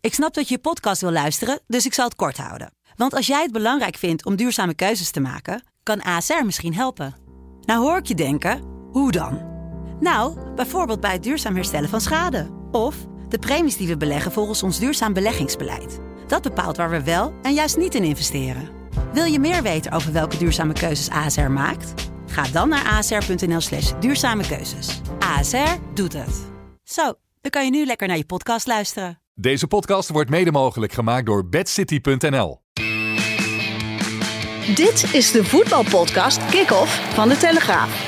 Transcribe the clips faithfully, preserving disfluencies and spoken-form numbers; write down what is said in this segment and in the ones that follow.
Ik snap dat je je podcast wil luisteren, dus ik zal het kort houden. Want als jij het belangrijk vindt om duurzame keuzes te maken, kan A S R misschien helpen. Nou hoor ik je denken, hoe dan? Nou, bijvoorbeeld bij het duurzaam herstellen van schade. Of de premies die we beleggen volgens ons duurzaam beleggingsbeleid. Dat bepaalt waar we wel en juist niet in investeren. Wil je meer weten over welke duurzame keuzes A S R maakt? Ga dan naar asr.nl slash duurzame keuzes. A S R doet het. Zo, dan kan je nu lekker naar je podcast luisteren. Deze podcast wordt mede mogelijk gemaakt door bedcity punt n l. Dit is de voetbalpodcast Kick-Off van De Telegraaf.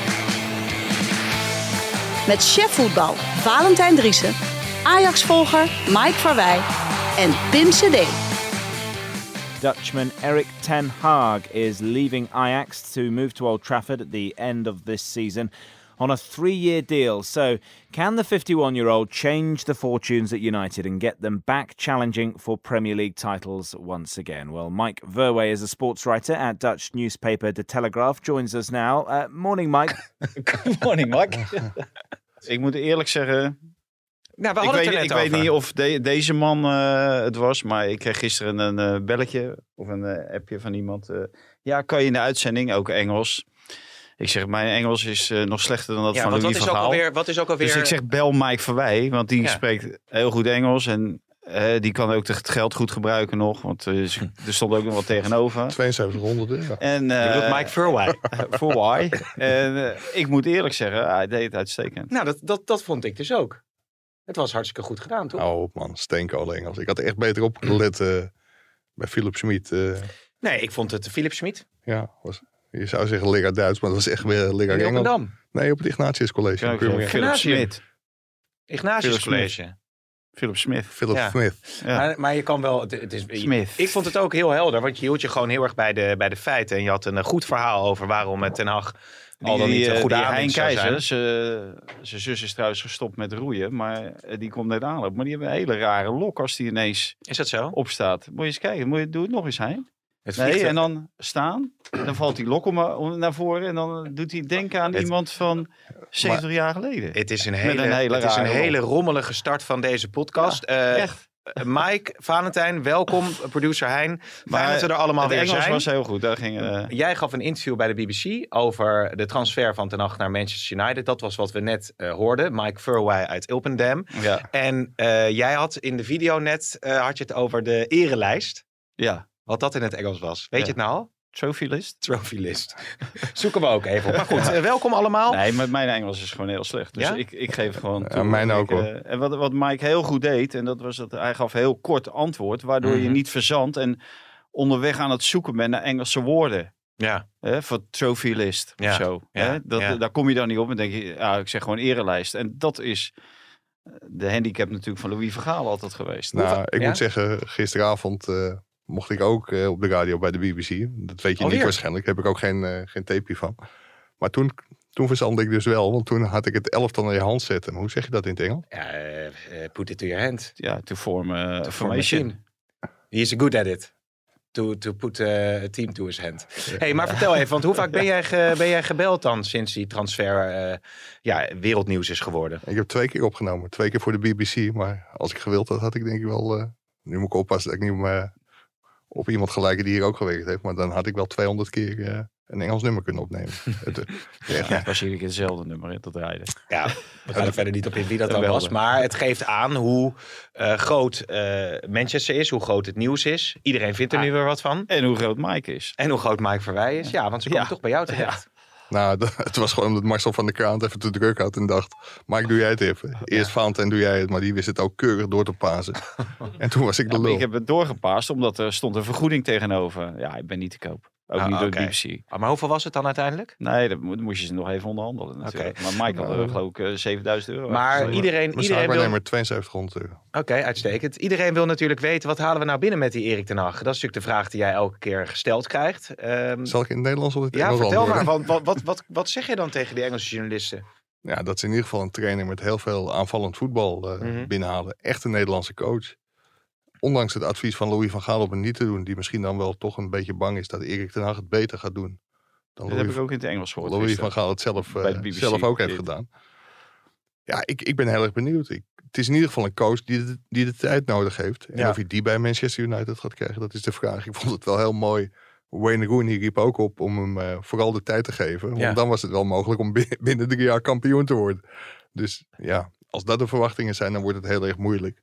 Met chef voetbal Valentijn Driessen, Ajax-volger Mike Verwij en Pim Cedee. Dutchman Erik ten Hag is leaving Ajax to move to Old Trafford at the end of this season on a three-year deal. So, can the fifty-one-year-old change the fortunes at United and get them back challenging for Premier League titles once again? Well, Mike Verwij is a sports writer at Dutch newspaper De Telegraaf, joins us now. Uh, morning, Mike. Good morning, Mike. Ik moet eerlijk zeggen, Nou, we ik hadden weet, het er ik net weet over. niet of de, deze man uh, het was, maar ik kreeg gisteren een uh, belletje of een uh, appje van iemand. Uh, ja, kan je in de uitzending, ook Engels. Ik zeg, mijn Engels is uh, nog slechter dan dat Ja, van want Louis wat van is, ook Gaal. alweer, wat is ook alweer... Dus ik zeg, bel Mike Verwij, want die Ja. spreekt heel goed Engels en uh, die kan ook het geld goed gebruiken nog, want uh, er stond ook nog wat tegenover. tweeënzeventighonderd euro. En, uh, Je bedoelt Mike Verwij. Verwij. En uh, ik moet eerlijk zeggen, hij deed het uitstekend. Nou, dat, dat, dat vond ik dus ook. Het was hartstikke goed gedaan, toch? Oh man, steenkolen Engels. Ik had er echt beter op gelet uh, bij Philip Smit. Uh, Nee, ik vond het Philip Smit. ja, was, je zou zeggen Liga Duits, maar dat was echt weer Liga In Engels. Rotterdam. Nee, op het Ignatius College. Kijk, in Birmingham. Philip Gymnasium. Smit. Ignatius Philip College. Philip Smith. Philip Ja. Smith. Ja. Maar, maar je kan wel... Het, het is, Smith. Ik vond het ook heel helder, want je hield je gewoon heel erg bij de, bij de feiten. En je had een uh, goed verhaal over waarom het Ten Hag al dan die, niet een uh, goede die Hein aanwinst zou zijn. Keizer, zijn zus is trouwens gestopt met roeien, maar uh, die komt net aanlopen. Maar die hebben een hele rare lok als die ineens Is dat zo? opstaat. Moet je eens kijken, moet je, doe het nog eens, Hein. Het Nee, vliegt- en dan staan, dan valt die lok om, om naar voren en dan doet hij denken aan Het- iemand van zeventig jaar geleden. Het is een Met hele, een hele het is een rare lol. hele rommelige start van deze podcast. Eh, Echt. Mike, Valentijn, welkom. Producer Hein. Fijn dat we er allemaal het weer Engels zijn. was heel goed. Daar ging, uh, Jij gaf een interview bij de B B C over de transfer van Ten Hag naar Manchester United. Dat was wat we net uh, hoorden. Mike Verwij uit Ilpendam. ja, En uh, jij had in de video net uh, had je het over de erelijst. ja, Wat dat in het Engels was. Weet Ja. je het nou al? trophy list. Trophy list. Zoeken we ook even op. Maar goed, uh, welkom allemaal. Nee, maar mijn Engels is gewoon heel slecht. Dus Ja? ik, ik geef gewoon Ja, toe. mijn ook, Ik, hoor. uh, en wat, wat Mike heel goed deed, en dat was dat hij gaf heel kort antwoord, waardoor Mhm. je niet verzandt en onderweg aan het zoeken bent naar Engelse woorden. Ja, Hè, voor trophy list Ja, of zo. ja, Hè? Dat, ja. Daar kom je dan niet op en denk je, ja, ik zeg gewoon erelijst. En dat is de handicap natuurlijk van Louis van Gaal altijd geweest. Nou, ik Ja? moet zeggen, gisteravond uh, mocht ik ook uh, op de radio bij de B B C. Dat weet je Alweer? niet waarschijnlijk. Daar heb ik ook geen, uh, geen tapeje van. Maar toen, toen verzandde ik dus wel. Want toen had ik het elftal naar je hand zetten. Hoe zeg je dat in het Engels? ja uh, uh, put it to your hand. Ja, to form uh, To form a formation. team. He is good at it. To, to put uh, a team to his hand. Hey, maar vertel even, want hoe vaak ben jij, ge, ben jij gebeld dan sinds die transfer uh, ja, wereldnieuws is geworden? Ik heb twee keer opgenomen. Twee keer voor de B B C. Maar als ik gewild had, had ik denk ik wel... Uh, nu moet ik oppassen dat ik niet meer op iemand gelijken die hier ook gewerkt heeft. Maar dan had ik wel tweehonderd keer uh, een Engels nummer kunnen opnemen. het, uh, Ja, ja. Waarschijnlijk hetzelfde nummer in dat rijden. Ja, we gaan er verder niet op in wie dat dan Geweldig. was. Maar het geeft aan hoe uh, groot uh, Manchester is, hoe groot het nieuws is. Iedereen vindt er Ah. nu weer wat van. En hoe groot Mike is. En hoe groot Mike Verwij is. Ja, want ze komen Ja. toch bij jou terecht. Nou, d- het was gewoon omdat Marcel van der Kraan het even te druk had. En dacht, Mike, doe jij het even. Eerst Valentijn, doe jij het. Maar die wist het ook keurig door te pasen. En toen was ik de Ja, maar lul. ik heb het doorgepaast omdat er stond een vergoeding tegenover. Ja, ik ben niet te koop. Ook Ah, niet door oké. de B B C. Ah, maar hoeveel was het dan uiteindelijk? Nee, dat mo- moest je ze nog even onderhandelen natuurlijk. Maar Mike had er geloof ik uh, zevenduizend euro. Maar uitgegeven. iedereen, Mijn iedereen wil... zaakwaarnemer tweeënzeventighonderd euro. Oké, uitstekend. Iedereen wil natuurlijk weten, wat halen we nou binnen met die Erik ten Hag? Dat is natuurlijk de vraag die jij elke keer gesteld krijgt. Ehm, Zal ik in het Nederlands of in het ja, Engels vertel maar. antwoorden? Wat, wat, wat, wat, wat zeg je dan tegen die Engelse journalisten? Ja, dat is in ieder geval een trainer met heel veel aanvallend voetbal uh, Mhm. binnenhalen. Echt een Nederlandse coach. Ondanks het advies van Louis van Gaal om het niet te doen. Die misschien dan wel toch een beetje bang is dat Erik ten Hag het beter gaat doen. Dan Dat heb Louis, ik ook in het Engels gehoord. Louis gisteren. van Gaal het zelf, uh, Bij de B B C zelf ook heeft dit. gedaan. Ja, ik, ik ben heel erg benieuwd. Ik, het is in ieder geval een coach die de, die de tijd nodig heeft. En Ja. of hij die bij Manchester United gaat krijgen, dat is de vraag. Ik vond het wel heel mooi. Wayne Rooney riep ook op om hem uh, vooral de tijd te geven. Want Ja. dan was het wel mogelijk om binnen, binnen drie jaar kampioen te worden. Dus ja, als dat de verwachtingen zijn, dan wordt het heel erg moeilijk.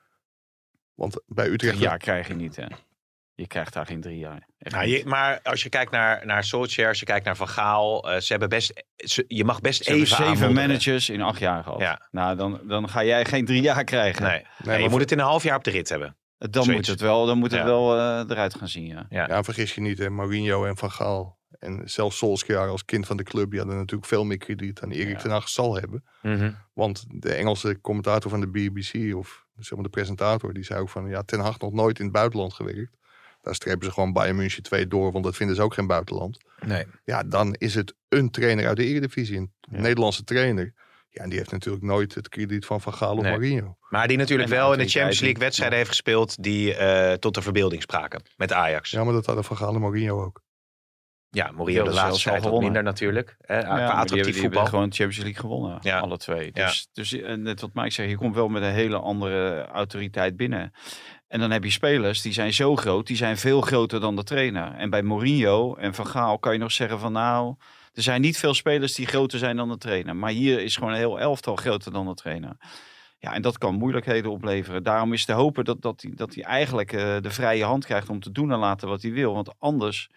Want bij Utrecht... Drie jaar krijg je niet, hè. Je krijgt daar geen drie jaar. Echt Nou, niet. je, maar als je kijkt naar, naar Solskjaer, als je kijkt naar Van Gaal, uh, ze hebben best, ze, je mag best Ze hebben even zeven aanmodderen. managers in acht jaar gehad. Ja. Nou, dan, dan ga jij geen drie jaar krijgen. Nee, nee, je maar moet het in een half jaar op de rit hebben. Dan Zoiets. moet het wel, dan moet het Ja. wel uh, eruit gaan zien, ja. Ja. Ja, vergis je niet, hè. Mourinho en Van Gaal. En zelfs Solskjaer als kind van de club, die hadden natuurlijk veel meer krediet dan Erik Ja. ten Hag zal hebben. Mhm. Want de Engelse commentator van de B B C, of zeg maar de presentator, die zei ook van, ja, Ten Hag nog nooit in het buitenland gewerkt. Daar strepen ze gewoon Bayern München twee door, want dat vinden ze ook geen buitenland. Nee. Ja, dan is het een trainer uit de Eredivisie, een Ja. Nederlandse trainer. Ja, en die heeft natuurlijk nooit het krediet van Van Gaal of Nee. Mourinho. Maar die natuurlijk En de wel in de autoriteit Champions League niet. wedstrijden heeft gespeeld die uh, tot de verbeelding spraken met Ajax. Ja, Ja, maar dat hadden Van Gaal en Mourinho ook. Mourinho Die de hadden laatste zelfs al tijd wat gewonnen. minder natuurlijk. Hè, Ja, qua maar die attractief hebben, die voetbal. hebben gewoon de Champions League gewonnen, Ja. alle twee. Ja. Dus, dus eh, net wat Mike zegt, je komt wel met een hele andere autoriteit binnen. En dan heb je spelers, die zijn zo groot, die zijn veel groter dan de trainer. En bij Mourinho en Van Gaal kan je nog zeggen van nou, er zijn niet veel spelers die groter zijn dan de trainer. Maar hier is gewoon een heel elftal groter dan de trainer. Ja, en dat kan moeilijkheden opleveren. Daarom is te hopen dat, dat, hij, dat hij eigenlijk uh, de vrije hand krijgt om te doen en laten wat hij wil. Want anders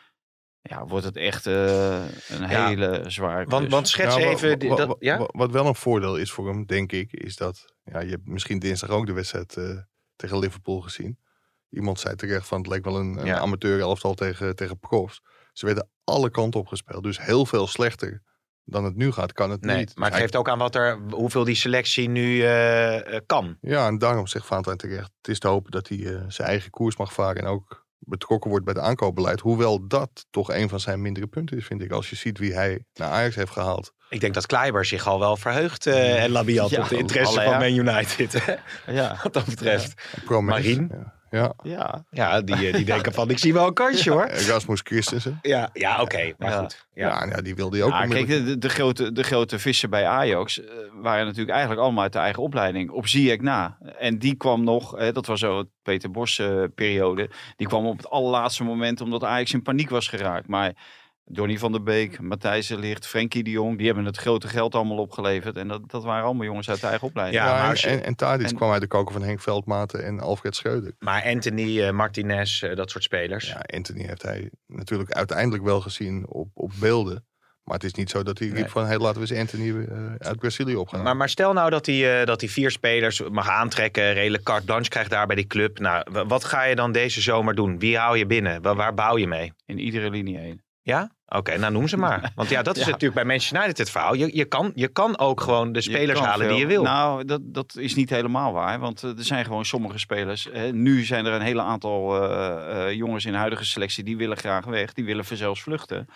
ja, wordt het echt uh, een Ja. hele zware Want, klus. want schets Ja, wa- even... die- wa- dat, wa- ja? wa- Wat wel een voordeel is voor hem, denk ik, is dat... Ja, je hebt misschien dinsdag ook de wedstrijd uh, tegen Liverpool gezien. Iemand zei terecht van het leek wel een, een Ja. amateur elftal tegen, tegen profs. Ze werden alle kanten op gespeeld. Dus heel veel slechter dan het nu gaat, kan het Nee, niet. maar het Hij- geeft ook aan wat er, hoeveel die selectie nu uh, uh, kan. Ja, en daarom zegt Valentijn terecht. Het is te hopen dat hij uh, zijn eigen koers mag varen en ook betrokken wordt bij het aankoopbeleid. Hoewel dat toch een van zijn mindere punten is, vind ik. Als je ziet wie hij naar Ajax heeft gehaald. Ik denk dat Kleiber zich al wel verheugt uh, en Labiat Ja, op de interesse alle, van ja. Man United. Hè? ja. Wat dat betreft. Promes. Marien? Ja. Ja. Ja. Ja, die, die denken van ik zie wel een kansje hoor. Rasmus Christensen. Ja, ja oké, okay, maar Ja. goed. Ja, Ja. ja, ja, die wilde hij ook. Ja, kijk, onmiddellijk. de, de, grote, de grote vissen bij Ajax uh, waren natuurlijk eigenlijk allemaal uit de eigen opleiding. Op Ziyech na. En die kwam nog, eh, dat was zo het Peter Bos uh, periode. Die kwam op het allerlaatste moment omdat Ajax in paniek was geraakt. Maar Donny van der Beek, Matthijs de Ligt, Frenkie de Jong, die hebben het grote geld allemaal opgeleverd. En dat, dat waren allemaal jongens uit de eigen opleiding. Ja, Ja, maar en, als je- en, en Tadic en- kwam uit de koker van Henk Veldmaten en Alfred Schreuder. Maar Anthony, uh, Martinez, uh, dat soort spelers. Ja, Anthony heeft hij natuurlijk uiteindelijk wel gezien op, op beelden. Maar het is niet zo dat hij riep Nee. van, hey, laten we eens Anthony uh, uit Brazilië opgaan. Maar, maar stel nou dat hij, uh, dat hij vier spelers mag aantrekken, redelijk carte blanche krijgt daar bij die club. Nou, w- wat ga je dan deze zomer doen? Wie hou je binnen? Waar, waar bouw je mee? In iedere linie één. Ja? Oké, okay, nou noem ze maar. Want ja, dat is Ja. natuurlijk bij Manchester United het verhaal. Je, je, kan, je kan ook gewoon de spelers kan halen veel. die je wil. Nou, dat, dat is niet helemaal waar. Want uh, er zijn gewoon sommige spelers. Hè, nu zijn er een hele aantal uh, uh, jongens in de huidige selectie die willen graag weg. Die willen zelfs vluchten.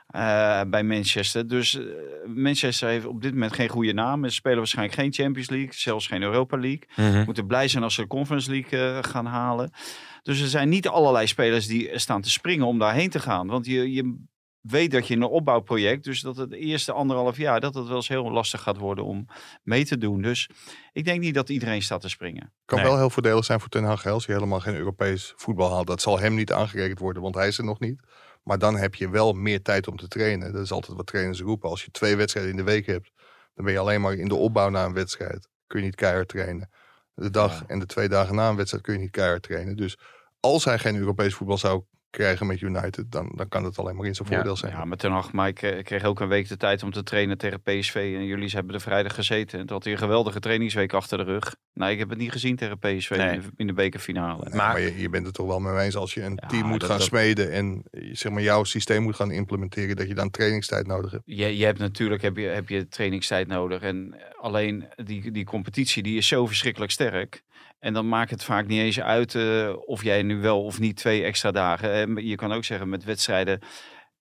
Uh, bij Manchester. Dus uh, Manchester heeft op dit moment geen goede naam. Ze spelen waarschijnlijk geen Champions League. Zelfs geen Europa League. Mm-hmm. Moeten blij zijn als ze de Conference League uh, gaan halen. Dus er zijn niet allerlei spelers die staan te springen om daarheen te gaan. Want je... je weet dat je in een opbouwproject, dus dat het eerste anderhalf jaar, dat het wel eens heel lastig gaat worden om mee te doen. Dus ik denk niet dat iedereen staat te springen. kan Nee. wel heel voordelig zijn voor Ten Hag als hij helemaal geen Europees voetbal haalt. Dat zal hem niet aangerekend worden, want hij is er nog niet. Maar dan heb je wel meer tijd om te trainen. Dat is altijd wat trainers roepen. Als je twee wedstrijden in de week hebt, dan ben je alleen maar in de opbouw na een wedstrijd. Kun je niet keihard trainen. De dag Ja. en de twee dagen na een wedstrijd kun je niet keihard trainen. Dus als hij geen Europees voetbal zou krijgen met United, dan, dan kan het alleen maar in zijn Ja. voordeel zijn. Ja, maar Ten Hag, Mike kreeg ook een week de tijd om te trainen tegen P S V. En jullie hebben de vrijdag gezeten. En toen had hij een geweldige trainingsweek achter de rug. Nou, ik heb het niet gezien tegen P S V Nee. in, de, in de bekerfinale. Nee, Maar- maar je, je bent het toch wel mee eens als je een Ja, team moet dat- gaan dat- smeden en zeg maar jouw systeem moet gaan implementeren, dat je dan trainingstijd nodig hebt. Je, je hebt natuurlijk heb je, heb je trainingstijd nodig. En alleen die, die competitie die is zo verschrikkelijk sterk. En dan maakt het vaak niet eens uit uh, of jij nu wel of niet twee extra dagen. Uh, je kan ook zeggen met wedstrijden.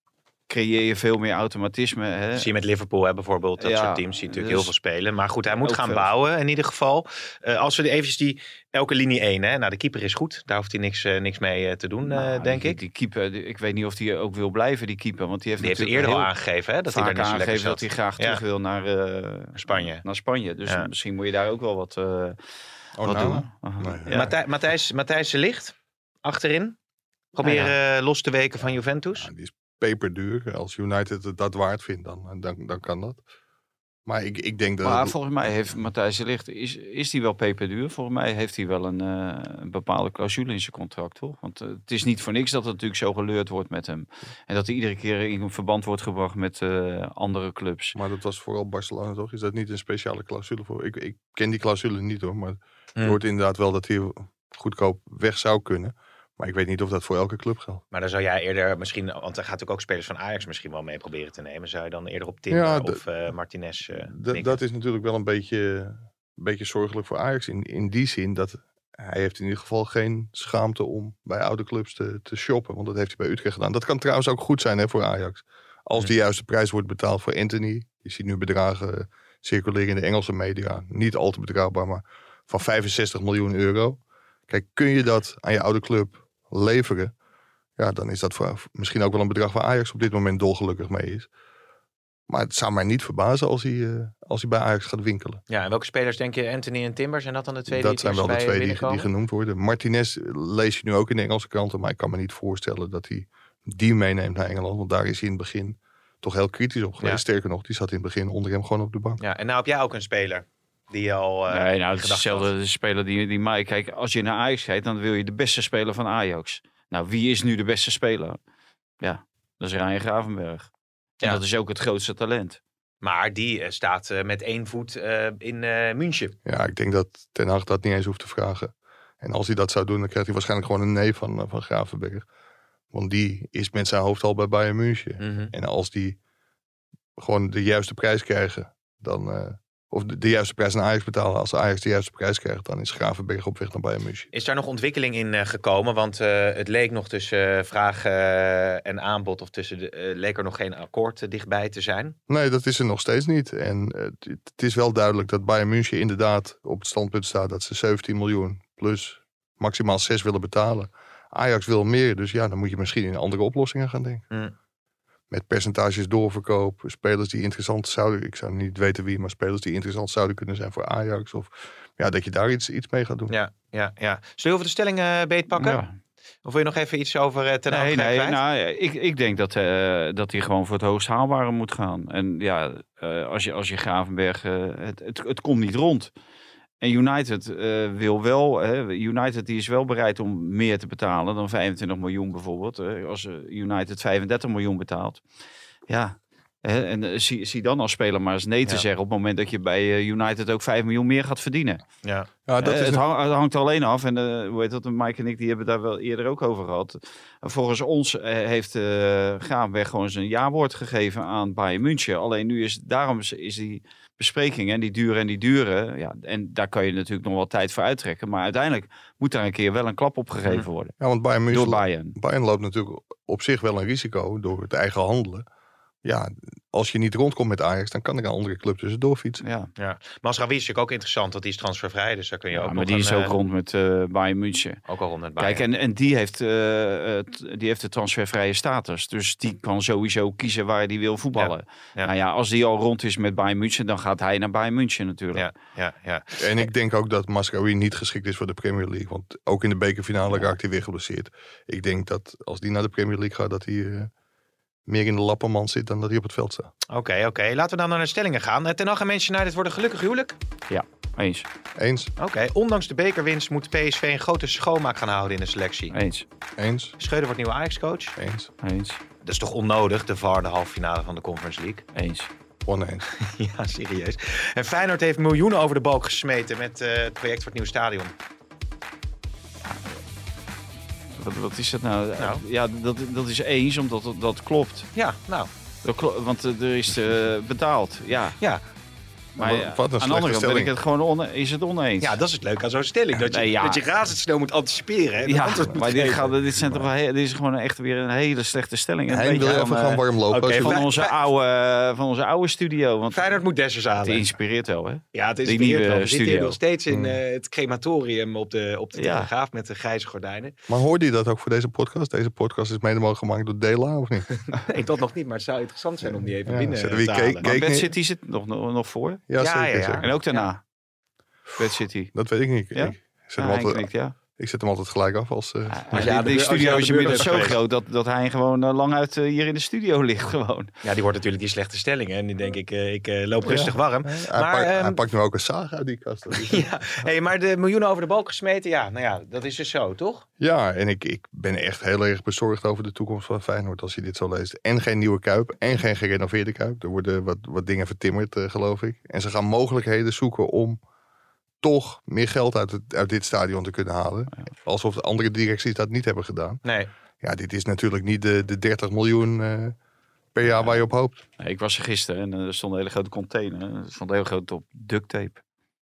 creëer je veel meer automatisme. Hè? Dat zie je met Liverpool hè, bijvoorbeeld. Dat Ja, soort teams zie je natuurlijk dus heel veel spelen. Maar goed, hij moet ook gaan veel. bouwen in ieder geval. Uh, als we eventjes die elke linie één. Hè? Nou, de keeper is goed. Daar hoeft hij niks, uh, niks mee uh, te doen, nou, uh, denk die, ik. Die keeper, die, ik weet niet of hij ook wil blijven, die keeper. Want die heeft, die heeft natuurlijk eerder al heel aangegeven hè, dat hij vaak daar niet zo lekker aangegeven zat. dat hij graag Ja. terug wil naar, uh, Spanje. naar Spanje. Dus Ja. misschien moet je daar ook wel wat, uh, Oh, wat nou, doen. Aha. nee. Ja. Matthij- Matthijs, Matthijs de Ligt, achterin. Proberen Nou uh, los te weken van Juventus. Ja, die is peperduur. Als United het dat waard vindt, dan, dan, dan kan dat. Maar ik, ik denk dat... Maar het- volgens mij heeft Matthijs de Ligt, is, is die wel peperduur? Volgens mij heeft hij wel een, uh, een bepaalde clausule in zijn contract, toch? Want uh, het is niet voor niks dat het natuurlijk zo geleurd wordt met hem. En dat hij iedere keer in verband wordt gebracht met uh, andere clubs. Maar dat was vooral Barcelona, toch? Is dat niet een speciale clausule voor? Ik, ik ken die clausule niet, hoor. Maar Hmm. je hoort inderdaad wel dat hij goedkoop weg zou kunnen. Maar ik weet niet of dat voor elke club geldt. Maar dan zou jij eerder misschien, want er gaat natuurlijk ook spelers van Ajax misschien wel mee proberen te nemen. Zou je dan eerder op Timber Ja, de- of uh, Martinez uh, D- mikken? dat is natuurlijk wel een beetje, een beetje zorgelijk voor Ajax. In, in die zin dat hij heeft in ieder geval geen schaamte om bij oude clubs te, te shoppen. Want dat heeft hij bij Utrecht gedaan. Dat kan trouwens ook goed zijn hè, voor Ajax. Als de juiste prijs wordt betaald voor Anthony. Je ziet nu bedragen circuleren in de Engelse media. Niet al te betrouwbaar, maar van vijfenzestig miljoen euro. Kijk, kun je dat aan je oude club leveren? Ja, dan is dat voor, misschien ook wel een bedrag waar Ajax op dit moment dolgelukkig mee is. Maar het zou mij niet verbazen als hij, uh, als hij bij Ajax gaat winkelen. Ja, en welke spelers denk je, Anthony en Timber, zijn dat dan de twee Dat die zijn wel de bij twee die, binnenkomen? die genoemd worden. Martinez lees je nu ook in de Engelse kranten. Maar ik kan me niet voorstellen dat hij die meeneemt naar Engeland. Want daar is hij in het begin toch heel kritisch op geweest. Ja. Sterker nog, die zat in het begin onder hem gewoon op de bank. Ja, en nou heb jij ook een speler die je al uh, nee, nou, het is gedacht hetzelfde had. de speler die, die mij... Kijk, als je naar Ajax kijkt, dan wil je de beste speler van Ajax. Nou, wie is nu de beste speler? Ja, dat is Ryan Gravenberch. En Ja. dat is ook het grootste talent. Maar die uh, staat uh, met één voet uh, in uh, München. Ja, ik denk dat Ten Hag dat niet eens hoeft te vragen. En als hij dat zou doen, dan krijgt hij waarschijnlijk gewoon een nee van, uh, van Gravenberg. Want die is met zijn hoofd al bij Bayern München. Mm-hmm. En als die gewoon de juiste prijs krijgen, dan... Uh, of de, de juiste prijs aan Ajax betalen. Als Ajax de juiste prijs krijgt, dan is Gravenberg op weg naar Bayern München. Is daar nog ontwikkeling in uh, gekomen? Want uh, het leek nog tussen uh, vraag uh, en aanbod, of tussen de, uh, leek er nog geen akkoord uh, dichtbij te zijn. Nee, dat is er nog steeds niet. En uh, het, het is wel duidelijk dat Bayern München inderdaad op het standpunt staat dat ze zeventien miljoen plus maximaal zes willen betalen. Ajax wil meer, dus ja, dan moet je misschien in andere oplossingen gaan denken. Hmm. Met percentages doorverkoop, spelers die interessant zouden, ik zou niet weten wie, maar spelers die interessant zouden kunnen zijn voor Ajax. Of ja, dat je daar iets, iets mee gaat doen. Ja, ja, ja. Zullen we over de stelling uh, beetpakken? Ja. Of wil je nog even iets over uh, Ten Hag Nee, nee, kwijt? nou, ik, ik denk dat, uh, dat hij gewoon voor het hoogst haalbare moet gaan. En ja, uh, als, je, als je Gravenberg, uh, het, het, het komt niet rond. En United uh, wil wel, hè, United die is wel bereid om meer te betalen dan vijfentwintig miljoen bijvoorbeeld. Uh, als uh, United vijfendertig miljoen betaalt. Ja, hè, en uh, zie, zie dan als speler maar eens nee te Ja. zeggen op het moment dat je bij uh, United ook vijf miljoen meer gaat verdienen. Ja. Ja, dat Uh, is het, een- hang- het hangt er alleen af. En uh, hoe heet dat? Mike en ik die hebben daar wel eerder ook over gehad. Uh, volgens ons uh, heeft uh, Gravenberg gewoon zijn ja-woord gegeven aan Bayern München. Alleen nu is daarom is, is die bespreking en die duren en die duren. Ja, en daar kan je natuurlijk nog wel tijd voor uittrekken. Maar uiteindelijk moet daar een keer wel een klap op gegeven worden. ja, want Bayern Door München, Bayern. Bayern loopt natuurlijk op zich wel een risico door het eigen handelen. Ja, als je niet rondkomt met Ajax, dan kan er een andere club tussendoor fietsen. Ja. Ja. Masraoui is natuurlijk ook interessant, want die is transfervrij. Dus daar kun je Ja, ook maar nog die een, is ook uh, rond met uh, Bayern München. ook al rond het Kijk, en, en die, heeft, uh, het, die heeft de transfervrije status. Dus die kan sowieso kiezen waar hij wil voetballen. Ja. Nou ja, als die al rond is met Bayern München, dan gaat hij naar Bayern München natuurlijk. Ja, ja, ja. En ik denk ook dat Masraoui niet geschikt is voor de Premier League. Want ook in de bekerfinale Ja. raakt hij weer geblesseerd. Ik denk dat als die naar de Premier League gaat, dat hij uh, meer in de lappenmand zit dan dat hij op het veld staat. Oké, okay, oké. Okay. Laten we dan naar de stellingen gaan. Uh, Ten Hag en Manchester United worden gelukkig huwelijk. Eens, Eens, Oké, okay. Ondanks de bekerwinst moet P S V een grote schoonmaak gaan houden in de selectie. eens, eens, Schreuder wordt nieuwe Ajax-coach. eens, eens, Dat is toch onnodig, de V A R, de halve finale van de Conference League? eens. oneens. Ja, serieus. En Feyenoord heeft miljoenen over de balk gesmeten met uh, het project voor het nieuwe stadion. Wat, wat is dat nou? Nou. Ja, dat, dat is eens, omdat dat, dat klopt. Ja, nou, Dat klo- want uh, er is uh, betaald, ja. ja. Maar Wat- ja, wat een aan de andere kant ben slechte ik het gewoon one, is het oneens. Ja, dat is het leuke aan zo'n stelling. Dat je, Nee, ja. dat je razendsnel moet anticiperen. Hè? Ja, Dat maar dit, gaat, dit, zijn toch wel he- dit is gewoon echt weer een hele slechte stelling. Een Hein, wil beetje je even van, gaan eh, warm lopen? oké, als je- van- van, onze oude, van onze oude studio. Want Feyenoord moet Dessers het halen. inspireert wel, hè? Ja, het is die weer nieuwe wel. We zitten hier studio. nog steeds in Hmm. eh, het crematorium op de, op de Ja. Telegraaf met de grijze gordijnen. Maar hoorde je dat ook voor deze podcast? Deze podcast is mede mogelijk gemaakt door Dela, of niet? Nee, dat nog niet, maar het zou interessant zijn om die even Ja, binnen zetten te we halen. Cake- Maar Cake Bad niet- City zit nog, nog, nog voor. Ja, Ja, zeker. ja, ja. zeker. En ook daarna. Bad City. Dat weet ik niet. Ja? Ik, zet Ja, hem hij altijd, knikt, ja. ik zet hem altijd gelijk af als... eh, Maar Als je die, aan de die deur- als je studio aan de is deur inmiddels bent zo geweest. groot dat, dat hij gewoon uh, lang uit uh, hier in de studio ligt gewoon. Ja, die wordt natuurlijk die slechte stelling. En die denk ik, eh, ik eh, loop rustig warm. hij, Maar, pakt, ehm, hij pakt nu ook een zaag uit die kast. Dat is- Ja, hey, maar de miljoenen over de balk gesmeten, ja, nou ja, dat is dus zo, toch? Ja, en ik, ik ben echt heel erg bezorgd over de toekomst van Feyenoord als je dit zo leest. En geen nieuwe Kuip en geen gerenoveerde Kuip. Er worden wat, wat dingen vertimmerd, eh, geloof ik. En ze gaan mogelijkheden zoeken om toch meer geld uit, het, uit dit stadion te kunnen halen. Alsof de andere directies dat niet hebben gedaan. Nee. Ja, dit is natuurlijk niet de, de dertig miljoen eh, per jaar waar je op hoopt. Nee, ik was er gisteren en uh, er stond een hele grote container. Er stond heel groot op duct tape.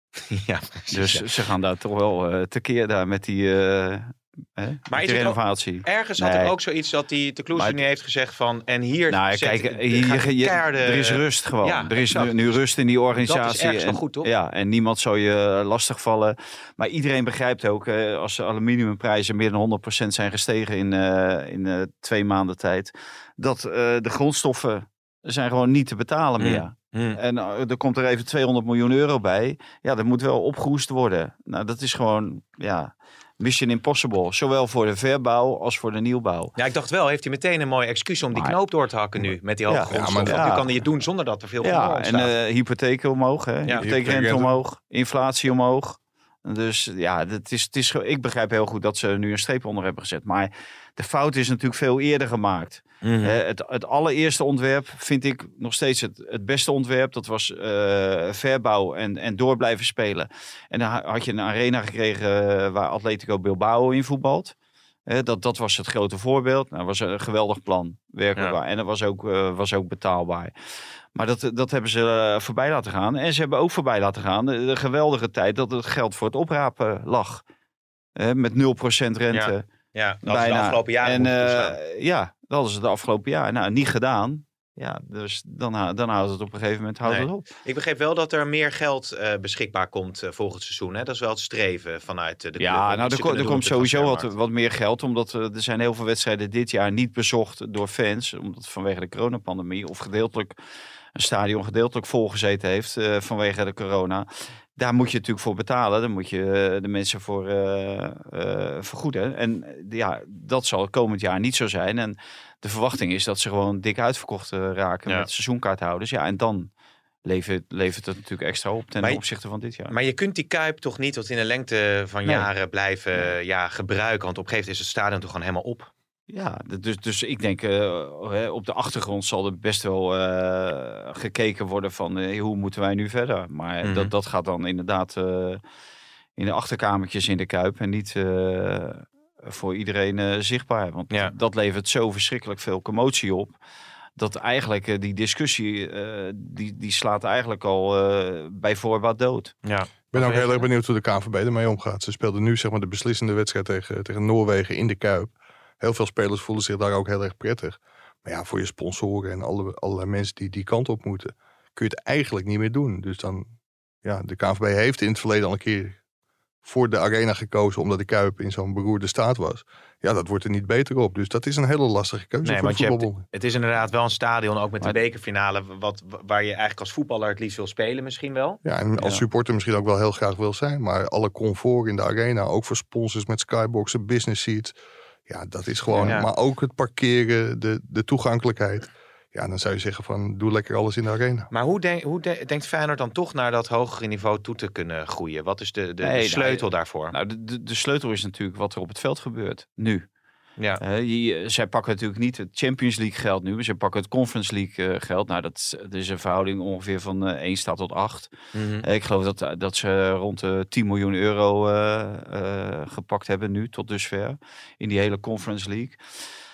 Ja, precies, Dus ja. ze gaan daar toch wel uh, tekeer daar met die, uh, hè, met is die het ook- renovatie. Ergens had er Nee. ook zoiets dat die de Kloes Maar- nu heeft gezegd van... En hier Nou, zet- kijk, gaat hier, een je- keiharde- er is rust gewoon. Ja, er is nu, exact. nu rust in die organisatie. Dat is ergens wel en, goed, toch? Ja, en niemand zal je lastigvallen. Maar iedereen begrijpt ook, eh, als de aluminiumprijzen meer dan honderd procent zijn gestegen in, uh, in uh, twee maanden tijd, dat uh, de grondstoffen zijn gewoon niet te betalen Mm. meer. Hmm. En uh, er komt er even tweehonderd miljoen euro bij. Ja, dat moet wel opgehoest worden. Nou, dat is gewoon, ja, mission impossible. Zowel voor de verbouw als voor de nieuwbouw. Ja, ik dacht wel, heeft hij meteen een mooi excuus om die Maar- knoop door te hakken nu. Met die hoge Ja, grondstoffen. ja, maar- Want nu ja. kan hij het doen zonder dat er veel Ja, vermogen en ontstaat. uh, hypotheken omhoog, hè? hypotheekrente hypotheekrente. omhoog, inflatie omhoog. Dus ja, het is, het is, ge- ik begrijp heel goed dat ze er nu een streep onder hebben gezet. Maar de fout is natuurlijk veel eerder gemaakt. Mhm. Uh, het, het allereerste ontwerp vind ik nog steeds het, het beste ontwerp. Dat was uh, verbouw en, en door blijven spelen. En dan had je een arena gekregen uh, waar Atletico Bilbao in voetbalt. Uh, dat, dat was het grote voorbeeld. Nou, dat was een geweldig plan, werkelijk Ja. waar. En dat was ook, uh, was ook betaalbaar. Maar dat, dat hebben ze uh, voorbij laten gaan. En ze hebben ook voorbij laten gaan de, de geweldige tijd dat het geld voor het oprapen lag. Uh, met nul procent rente. Ja, dat hadden ze de Bijna. afgelopen jaren En moeten uh, toestaan. ja, dat hadden ze de afgelopen jaar. Nou, niet gedaan. Ja, dus dan, hou- dan houdt het op een gegeven moment houdt Nee. het op. Ik begreep wel dat er meer geld uh, beschikbaar komt uh, volgend seizoen. Hè? Dat is wel het streven vanuit uh, de club. Ja, om nou, iets er, te ko- kunnen er doen komt op de sowieso wat, transfermarkt. wat meer geld. Omdat uh, er zijn heel veel wedstrijden dit jaar niet bezocht door fans. Omdat vanwege de coronapandemie of gedeeltelijk een stadion gedeeltelijk volgezeten heeft uh, vanwege de corona. Daar moet je natuurlijk voor betalen. Daar moet je uh, de mensen voor uh, uh, vergoeden. En uh, ja, dat zal komend jaar niet zo zijn. En de verwachting is dat ze gewoon dik uitverkocht uh, raken Ja. met seizoenkaarthouders. Ja, en dan levert, levert het natuurlijk extra op ten Maar je- opzichte van dit jaar. Maar je kunt die Kuip toch niet tot in de lengte van Nee. jaren blijven uh, ja, gebruiken. Want op een gegeven moment is het stadion toch gewoon helemaal op. Ja, d- dus, dus ik denk uh, hè, op de achtergrond zal er best wel uh, gekeken worden van uh, hoe moeten wij nu verder. Maar Mhm. dat, dat gaat dan inderdaad uh, in de achterkamertjes in de Kuip en niet uh, voor iedereen uh, zichtbaar. Want Ja. dat levert zo verschrikkelijk veel commotie op. Dat eigenlijk uh, die discussie, uh, die, die slaat eigenlijk al uh, bij voorbaat dood. Ja. Ik ben ook heel erg benieuwd hoe de K N V B ermee omgaat. Ze speelden nu zeg maar de beslissende wedstrijd tegen, tegen Noorwegen in de Kuip. Heel veel spelers voelen zich daar ook heel erg prettig. Maar ja, voor je sponsoren en alle, allerlei mensen die die kant op moeten, kun je het eigenlijk niet meer doen. Dus dan, ja, de K N V B heeft in het verleden al een keer voor de arena gekozen omdat de Kuip in zo'n beroerde staat was. Ja, dat wordt er niet beter op. Dus dat is een hele lastige keuze Nee, voor want de je hebt, voetbalbond. het is inderdaad wel een stadion, ook met Maar- de bekerfinale, wat, waar je eigenlijk als voetballer het liefst wil spelen misschien wel. Ja, en als Ja. supporter misschien ook wel heel graag wil zijn. Maar alle comfort in de arena, ook voor sponsors met skyboxen, business seats. Ja, dat is gewoon... Ja. Maar ook het parkeren, de, de toegankelijkheid. Ja, dan zou je zeggen van, doe lekker alles in de arena. Maar hoe, denk, hoe de- denkt Feyenoord dan toch naar dat hogere niveau toe te kunnen groeien? Wat is de, de, de Nee, sleutel nou, daarvoor? Nou, de, de, de sleutel is natuurlijk wat er op het veld gebeurt nu. ja. Uh, die, zij pakken natuurlijk niet het Champions League geld nu. Ze pakken het Conference League uh, geld. Nou, dat is, dat is een verhouding ongeveer van uh, één staat tot acht. Mhm. Uh, ik geloof dat, dat ze rond de tien miljoen euro uh, uh, gepakt hebben nu tot dusver. In die hele Conference League.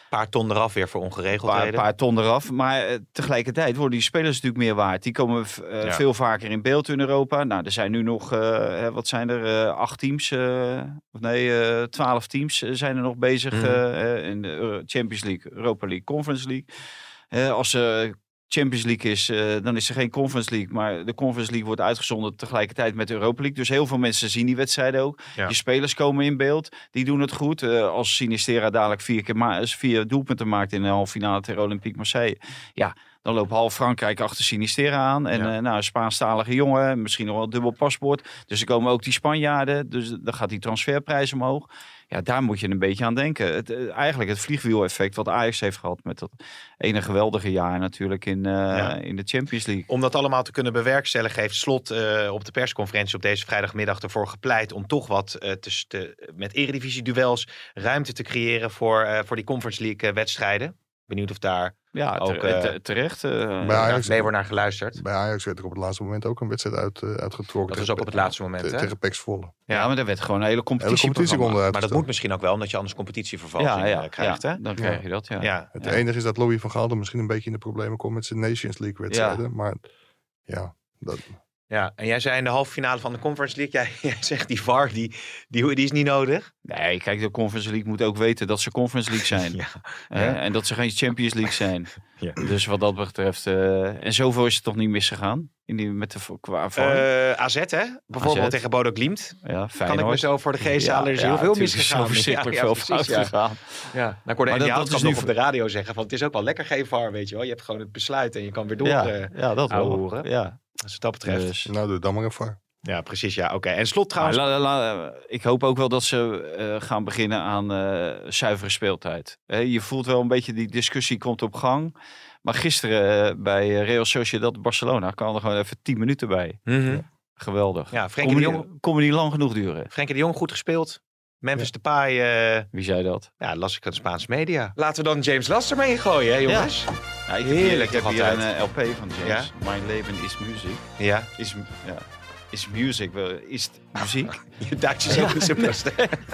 paar ton eraf weer voor Een ongeregeldheden. paar, paar ton eraf. Maar uh, tegelijkertijd worden die spelers natuurlijk meer waard. Die komen uh, Ja. veel vaker in beeld in Europa. Nou, er zijn nu nog, uh, wat zijn er, uh, acht teams, uh, of nee, uh, twaalf teams uh, zijn er nog bezig Mhm. uh, in de Champions League, Europa League, Conference League. Uh, als uh, Champions League is, uh, dan is er geen Conference League. Maar de Conference League wordt uitgezonden tegelijkertijd met de Europa League. Dus heel veel mensen zien die wedstrijden ook. Ja. Die spelers komen in beeld. Die doen het goed. Uh, als Sinistera dadelijk vier, keer ma- vier doelpunten maakt in de halve finale tegen Olympique Marseille. Ja, dan loopt half Frankrijk achter Sinistera aan. En Ja. uh, nou, een Spaanstalige jongen. Misschien nog wel een dubbel paspoort. Dus er komen ook die Spanjaarden. Dus dan gaat die transferprijs omhoog. Ja, daar moet je een beetje aan denken. Het, uh, eigenlijk het vliegwiel-effect wat Ajax heeft gehad met dat ene geweldige jaar natuurlijk in, uh, Ja. in de Champions League. Om dat allemaal te kunnen bewerkstelligen heeft Slot uh, op de persconferentie op deze vrijdagmiddag ervoor gepleit om toch wat uh, te, te, met eredivisie-duels ruimte te creëren voor, uh, voor die Conference League uh, wedstrijden. Benieuwd of daar Ja, ook, te- uh, te- terecht. uh, Bij Ajax- mee wordt naar geluisterd. Bij Ajax werd er op het laatste moment ook een wedstrijd uit, uh, uitgetrokken. Dat was tegen ook op het laatste moment, te- hè? Tegen P S Zwolle. ja, maar daar werd gewoon een hele competitie. Hele competitie kon eruit Maar dat gesteld. moet misschien ook wel, omdat je anders competitievervalsing ja, ja, uh, krijgt. ja, Hè? dan krijg je dat, ja. Ja. Het Ja. enige is dat Louis van Gaal er misschien een beetje in de problemen komt met zijn Nations League wedstrijden. Maar ja, dat, Ja, en jij zei in de halve finale van de Conference League, jij, jij zegt die V A R, die, die, die is niet nodig. Nee, kijk, de Conference League moet ook weten dat ze Conference League zijn. Ja. Hè? Ja. En dat ze geen Champions League zijn. Ja. Dus wat dat betreft... uh, en zoveel is het toch niet misgegaan? In die, met de qua V A R? Uh, A Z, hè? Bijvoorbeeld A Z. tegen Bodo Glimt. ja, Kan ik me Feyenoord. zo voor de geest halen. Er is heel veel tuurlijk, misgegaan. Zo verschrikkelijk Ja, veel ja, fout precies, ja. gegaan. Ja, nou, ik hoorde Maar Andy dat- dat Houtkamp is nog nu- op de radio zeggen van het is ook wel lekker geen V A R, weet je wel. Je hebt gewoon het besluit en je kan weer door. Ja, uh, ja, dat wel. ouwehoeren. Ja, Als het dat betreft. dus... nou doe dan maar een V A R. Ja, precies. Ja, oké. En slot Maar trouwens. la- la- ik hoop ook wel dat ze uh, gaan beginnen aan uh, zuivere speeltijd. He, je voelt wel een beetje die discussie komt op gang. Maar gisteren uh, bij Real Sociedad Barcelona kwam er gewoon even tien minuten bij. Mhm. Geweldig. Ja, Frenkie de Kon Jong, niet- kon me niet lang genoeg duren. Frenkie de Jong goed gespeeld. Memphis Depay, uh, Wie zei dat? ja, las ik aan de Spaanse media. Laten we dan James Laster mee ingooien, hè jongens? Ja, ik, Heerlijk heb, ik heb toch hier altijd. een uh, L P van James. Mijn leven is muziek. Ja. Is, ja. Is music, wel- is het muziek? Je duikt jezelf in zijn best.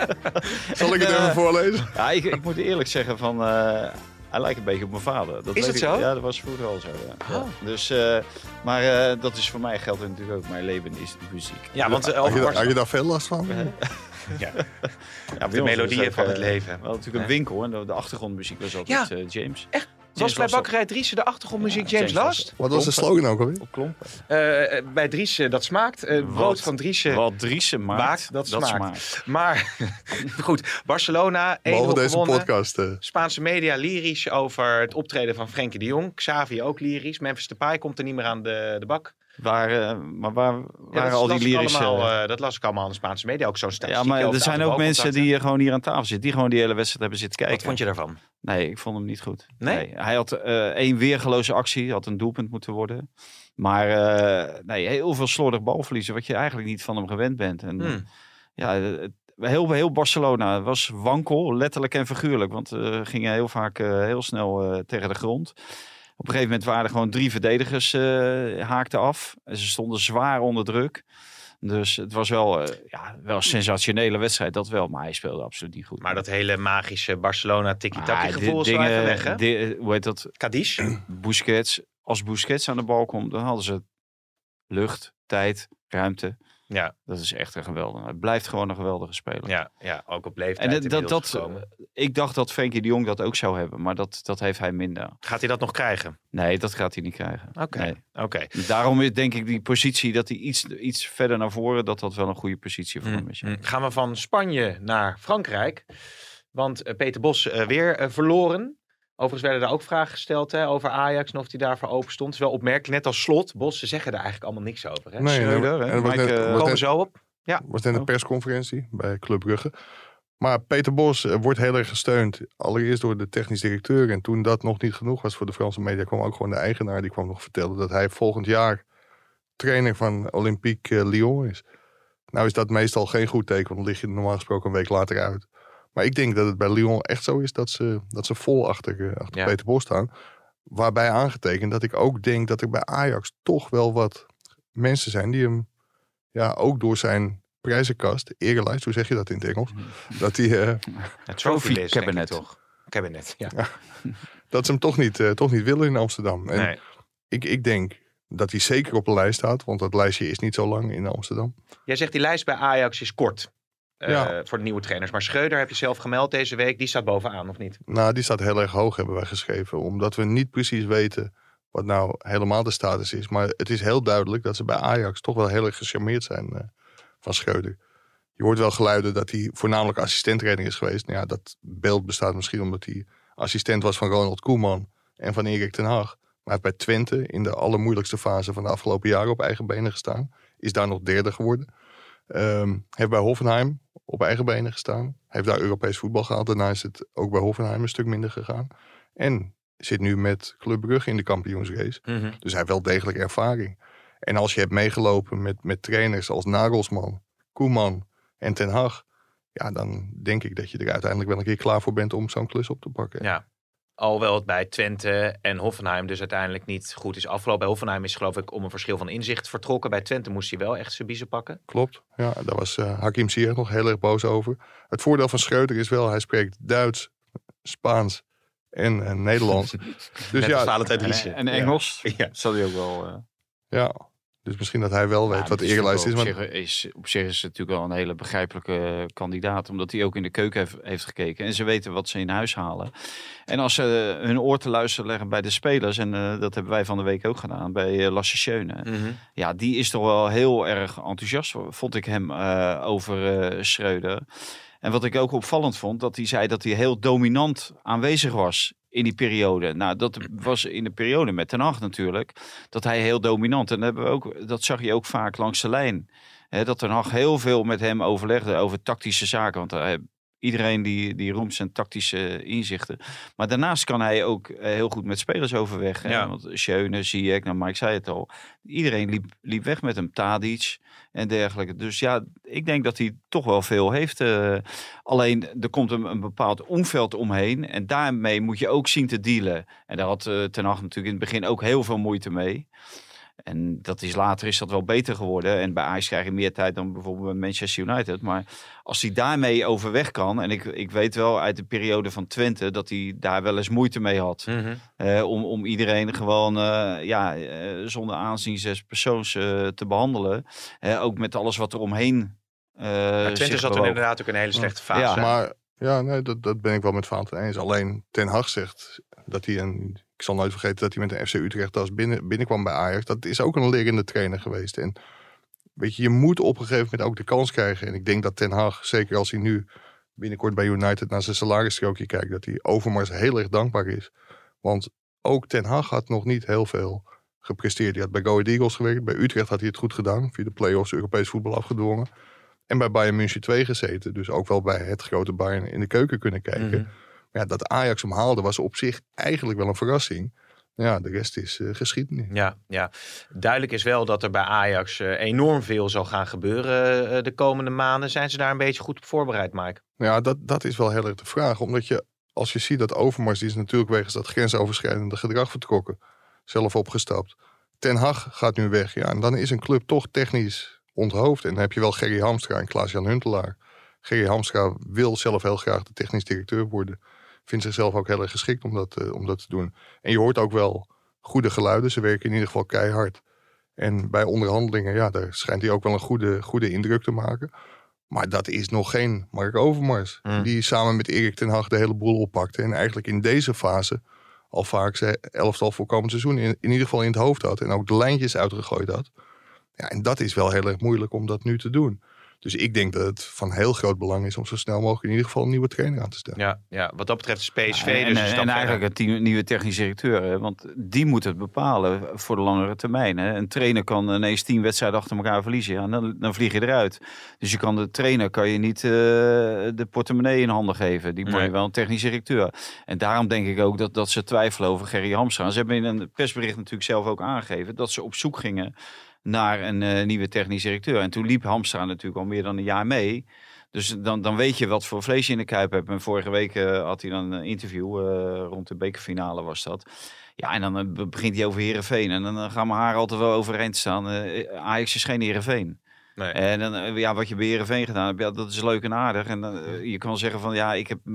Zal ik het En, uh, even voorlezen? Ja, ik, ik moet eerlijk zeggen van... Uh, hij lijkt een beetje op mijn vader. Dat Is weet het ik- zo? Ja, dat was vroeger al zo. Ja. Oh. Ja. Dus, uh, maar uh, dat is voor mij geldt natuurlijk ook. Mijn leven is muziek. Ja, want uh, Had je, over daar- had je daar veel last van? ja, Ja, de bij ons was melodieën ook, van uh, het leven. We hadden natuurlijk een winkel en de, de achtergrondmuziek was altijd uh, James. Echt? James Was bij Last Bakkerij Driessen de achtergrondmuziek Ja, James James Last? Wat was de slogan ook alweer? op klompen. Uh, uh, bij Driessen, dat smaakt. Uh, brood Wat- van Driessen. Wat Driessen maakt, maakt, dat dat smaakt. smaakt. Maar goed, Barcelona één nul Behalve deze gewonnen. podcast. eh. Spaanse media lyrisch over het optreden van Frenkie de Jong. Xavi ook lyrisch. Memphis Depay komt er niet meer aan de, de bak. Waar, uh, maar waar Ja, waren dat, al die las ik lyrische... allemaal, uh, dat las ik allemaal aan de Spaanse media. Ook zo'n ja, statistiek. maar over er de zijn ook achterbalcontact. mensen die uh, gewoon hier aan tafel zitten. Die gewoon die hele wedstrijd hebben zitten kijken. Wat vond je daarvan? Nee, ik vond hem niet goed. Nee? Hij had uh, één weergeloze actie. Had een doelpunt moeten worden. Maar uh, nee, heel veel slordig balverliezen. Wat je eigenlijk niet van hem gewend bent. En, Hmm. ja, het, heel, heel Barcelona was wankel. Letterlijk en figuurlijk. Want uh, gingen heel vaak uh, heel snel uh, tegen de grond. Op een gegeven moment waren er gewoon drie verdedigers uh, haakten af. En ze stonden zwaar onder druk. Dus het was wel, uh, ja, wel een sensationele wedstrijd, dat wel. Maar hij speelde absoluut niet goed. Maar dat hele magische Barcelona tiki-taki Maar gevoel di- is wel even weg, hè? di- hoe heet dat? Cadiz? Busquets. Als Busquets aan de bal komt, dan hadden ze lucht, tijd, ruimte. Ja, Dat is echt een geweldige. Het blijft gewoon een geweldige speler. ja, ja, ook op leeftijd En dat, dat, inmiddels dat, gekomen. ik dacht dat Frenkie de Jong dat ook zou hebben, maar dat, dat heeft hij minder. Gaat hij dat nog krijgen? Nee, dat gaat hij niet krijgen. Oké, Nee. oké. Daarom is denk ik die positie, dat hij iets, iets verder naar voren, dat dat wel een goede positie voor hem is. Ja. Mm. Gaan we van Spanje naar Frankrijk. Want uh, Peter Bos uh, weer uh, verloren. Overigens werden er ook vragen gesteld hè, over Ajax en of hij daarvoor open stond. Het is wel opmerkelijk, net als Slot. Bos, ze zeggen daar eigenlijk allemaal niks over. Hè? Nee, Schreuder, en hè? er was Mike, net- uh, was Komen net- zo op. Ja. was net een Oh. persconferentie bij Club Brugge. Maar Peter Bos eh, wordt heel erg gesteund. Allereerst door de technisch directeur. En toen dat nog niet genoeg was voor de Franse media, kwam ook gewoon de eigenaar. Die kwam nog vertellen dat hij volgend jaar trainer van Olympique eh, Lyon is. Nou is dat meestal geen goed teken, want dan lig je normaal gesproken een week later uit. Maar ik denk dat het bij Lyon echt zo is dat ze, dat ze vol achter, uh, achter Ja. Peter Bos staan. Waarbij aangetekend dat ik ook denk dat er bij Ajax toch wel wat mensen zijn die hem ja, ook door zijn prijzenkast, erelijst, hoe zeg je dat in het Engels? Dat hij, uh, Het trophy list, denk ik cabinet. toch? kabinet. Ja. dat ze hem toch niet, uh, toch niet willen in Amsterdam. En Nee. ik, ik denk dat hij zeker op de lijst staat. Want dat lijstje is niet zo lang in Amsterdam. Jij zegt die lijst bij Ajax is kort. Uh, Ja. Voor de nieuwe trainers. Maar Schreuder heb je zelf gemeld deze week. Die staat bovenaan, of niet? Nou, die staat heel erg hoog, hebben wij geschreven. Omdat we niet precies weten wat nou helemaal de status is. Maar het is heel duidelijk dat ze bij Ajax toch wel heel erg gecharmeerd zijn uh, van Schreuder. Je hoort wel geluiden dat hij voornamelijk assistenttrainer is geweest. Nou ja, dat beeld bestaat misschien omdat hij assistent was van Ronald Koeman en van Erik ten Hag. Maar hij heeft bij Twente in de allermoeilijkste fase van de afgelopen jaren op eigen benen gestaan. Is daar nog derde geworden. Um, heeft bij Hoffenheim op eigen benen gestaan. Heeft daar Europees voetbal gehaald. Daarna is het ook bij Hoffenheim een stuk minder gegaan. En zit nu met Club Brugge in de kampioensrace. Mm-hmm. Dus hij heeft wel degelijk ervaring. En als je hebt meegelopen met, met trainers als Nagelsman, Koeman en Ten Hag. Ja, dan denk ik dat je er uiteindelijk wel een keer klaar voor bent om zo'n klus op te pakken. Ja. Alhoewel het bij Twente en Hoffenheim dus uiteindelijk niet goed is afgelopen. Bij Hoffenheim is geloof ik om een verschil van inzicht vertrokken. Bij Twente moest hij wel echt zijn biezen pakken. Klopt. Ja, daar was uh, Hakim Ziyech nog heel erg boos over. Het voordeel van Schreuder is wel, hij spreekt Duits, Spaans en uh, Nederlands. Dus Net ja, als Valentijn Driessen. En, en Engels, Ja. ja. zal hij ook wel... Uh... ja, dus misschien dat hij wel weet Ja, wat de het eerlijst is. Op, Maar... zich is op zich is het natuurlijk wel een hele begrijpelijke kandidaat. Omdat hij ook in de keuken heeft, heeft gekeken. En ze weten wat ze in huis halen. En als ze hun oor te luisteren leggen bij de spelers. En uh, dat hebben wij van de week ook gedaan. Bij uh, Lasse Schöne. Mm-hmm. Ja, die is toch wel heel erg enthousiast. Vond ik hem uh, over uh, Schreuder. En wat ik ook opvallend vond. Dat hij zei dat hij heel dominant aanwezig was. In die periode. Nou, dat was in de periode met Ten Hag natuurlijk. Dat hij heel dominant. En dat, hebben we ook, dat zag je ook vaak langs de lijn. He, dat Ten Hag heel veel met hem overlegde over tactische zaken. Want uh, iedereen die, die roemt zijn tactische inzichten. Maar daarnaast kan hij ook uh, heel goed met spelers overweg. Ja. Want Schöne, Ziyech, nou Mike zei het al. Iedereen liep, liep weg met hem. Tadic en dergelijke. Dus ja, ik denk dat hij toch wel veel heeft. Uh, alleen, er komt een, een bepaald omveld omheen. En daarmee moet je ook zien te dealen. En daar had uh, Ten Hag natuurlijk in het begin ook heel veel moeite mee. En dat is later is dat wel beter geworden. En bij Ajax krijg je meer tijd dan bijvoorbeeld bij Manchester United. Maar als hij daarmee overweg kan. En ik, ik weet wel uit de periode van Twente dat hij daar wel eens moeite mee had. Mm-hmm. Uh, om, om iedereen gewoon uh, ja, uh, zonder aanzien zes persoons uh, te behandelen. Uh, ook met alles wat er omheen uh, Maar Twente zat toen inderdaad ook in een hele slechte fase. Ja. Maar ja, nee, dat, dat ben ik wel met Valentijn eens. Alleen Ten Hag zegt dat hij een... Ik zal nooit vergeten dat hij met een F C Utrecht als binnen, binnenkwam bij Ajax. Dat is ook een lerende trainer geweest. En weet je, je moet op een gegeven moment ook de kans krijgen. En ik denk dat Ten Hag, zeker als hij nu binnenkort bij United naar zijn salarisstrookje kijkt, dat hij Overmars heel erg dankbaar is. Want ook Ten Hag had nog niet heel veel gepresteerd. Hij had bij Go Ahead Eagles gewerkt. Bij Utrecht had hij het goed gedaan. Via de play-offs Europees voetbal afgedwongen. En bij Bayern München twee gezeten. Dus ook wel bij het grote Bayern in de keuken kunnen kijken. Mm-hmm. Ja, dat Ajax hem haalde was op zich eigenlijk wel een verrassing. Ja, de rest is uh, geschiedenis. Ja, ja, duidelijk is wel dat er bij Ajax uh, enorm veel zal gaan gebeuren uh, de komende maanden. Zijn ze daar een beetje goed op voorbereid, Mike? Ja, dat, dat is wel heel erg de vraag. Omdat je, als je ziet dat Overmars, die is natuurlijk wegens dat grensoverschrijdende gedrag vertrokken. Zelf opgestapt. Ten Hag gaat nu weg. Ja, en dan is een club toch technisch onthoofd. En dan heb je wel Gerry Hamstra en Klaas-Jan Huntelaar. Gerry Hamstra wil zelf heel graag de technisch directeur worden. Vindt zichzelf ook heel erg geschikt om dat, uh, om dat te doen. En je hoort ook wel goede geluiden. Ze werken in ieder geval keihard. En bij onderhandelingen, ja, daar schijnt hij ook wel een goede, goede indruk te maken. Maar dat is nog geen Mark Overmars. Hmm. Die samen met Erik ten Hag de hele boel oppakte. En eigenlijk in deze fase al vaak zijn elftal voor komend seizoen in, in ieder geval in het hoofd had. En ook de lijntjes uitgegooid had. Ja, en dat is wel heel erg moeilijk om dat nu te doen. Dus ik denk dat het van heel groot belang is om zo snel mogelijk in ieder geval een nieuwe trainer aan te stellen. Ja, ja, wat dat betreft is P S V Ja, en, dus en, een stap en eigenlijk het team, nieuwe technisch directeur. Hè, want die moet het bepalen voor de langere termijn. Hè. Een trainer kan ineens tien wedstrijden achter elkaar verliezen. Ja, dan, dan vlieg je eruit. Dus je kan de trainer kan je niet uh, de portemonnee in handen geven. Die moet Nee. je wel een technisch directeur. En daarom denk ik ook dat, dat ze twijfelen over Gerry Hamstra. Ze hebben in een persbericht natuurlijk zelf ook aangegeven dat ze op zoek gingen naar een uh, nieuwe technisch directeur. En toen liep Hamstra natuurlijk al meer dan een jaar mee. Dus dan, dan weet je wat voor vlees je in de kuip hebt. En vorige week uh, had hij dan een interview, uh, rond de bekerfinale was dat. Ja, en dan uh, begint hij over Heerenveen. En dan uh, gaan mijn haar altijd wel overeind staan. Uh, Ajax is geen Heerenveen. Nee. En dan, uh, ja, wat je bij Heerenveen gedaan hebt, ja, dat is leuk en aardig. En uh, je kan zeggen van, ja, ik heb met,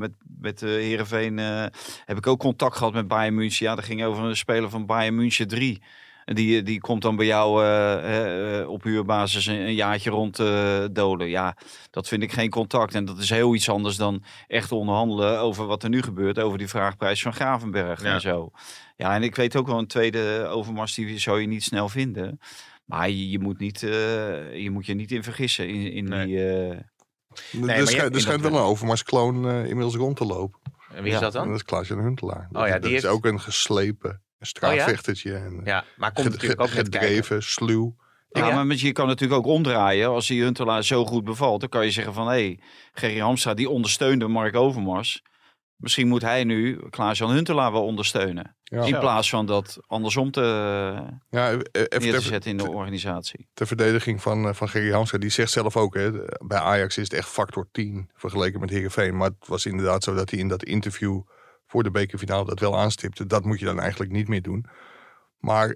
met uh, Heerenveen uh, heb ik ook contact gehad met Bayern München. Ja, dat ging over een speler van Bayern München drie. En die, die komt dan bij jou uh, uh, op huurbasis een, een jaartje rond uh, dolen. Ja, dat vind ik geen contact. En dat is heel iets anders dan echt onderhandelen over wat er nu gebeurt. Over die vraagprijs van Gravenberg ja. en zo. Ja, en ik weet ook wel een tweede Overmars, die zou je niet snel vinden. Maar je, je, moet, niet, uh, je moet je niet in vergissen in, in nee. die... Uh... Nee, er schijnt, er schijnt wel een Overmars-kloon uh, inmiddels rond te lopen. En wie is dat dan? Ja, dat is Klaas-Jan Huntelaar. Oh, ja, dat die is heeft... ook een geslepen een straatvechtertje. Oh, ja? En, ja, maar komt natuurlijk ook gedreven, sluw. Ja, ja, maar je kan natuurlijk ook omdraaien. Als die Huntelaar zo goed bevalt, dan kan je zeggen van... hé, hey, Gerry Hamstra, die ondersteunde Mark Overmars. Misschien moet hij nu Klaas-Jan Huntelaar wel ondersteunen. Ja. In plaats van dat andersom te, ja, even neer te ter, zetten in de organisatie. Ter verdediging van, van Gerry Hamstra, die zegt zelf ook... Hè, bij Ajax is het echt factor tien vergeleken met Heerenveen. Maar het was inderdaad zo dat hij in dat interview... voor de bekerfinale dat wel aanstipte. Dat moet je dan eigenlijk niet meer doen. Maar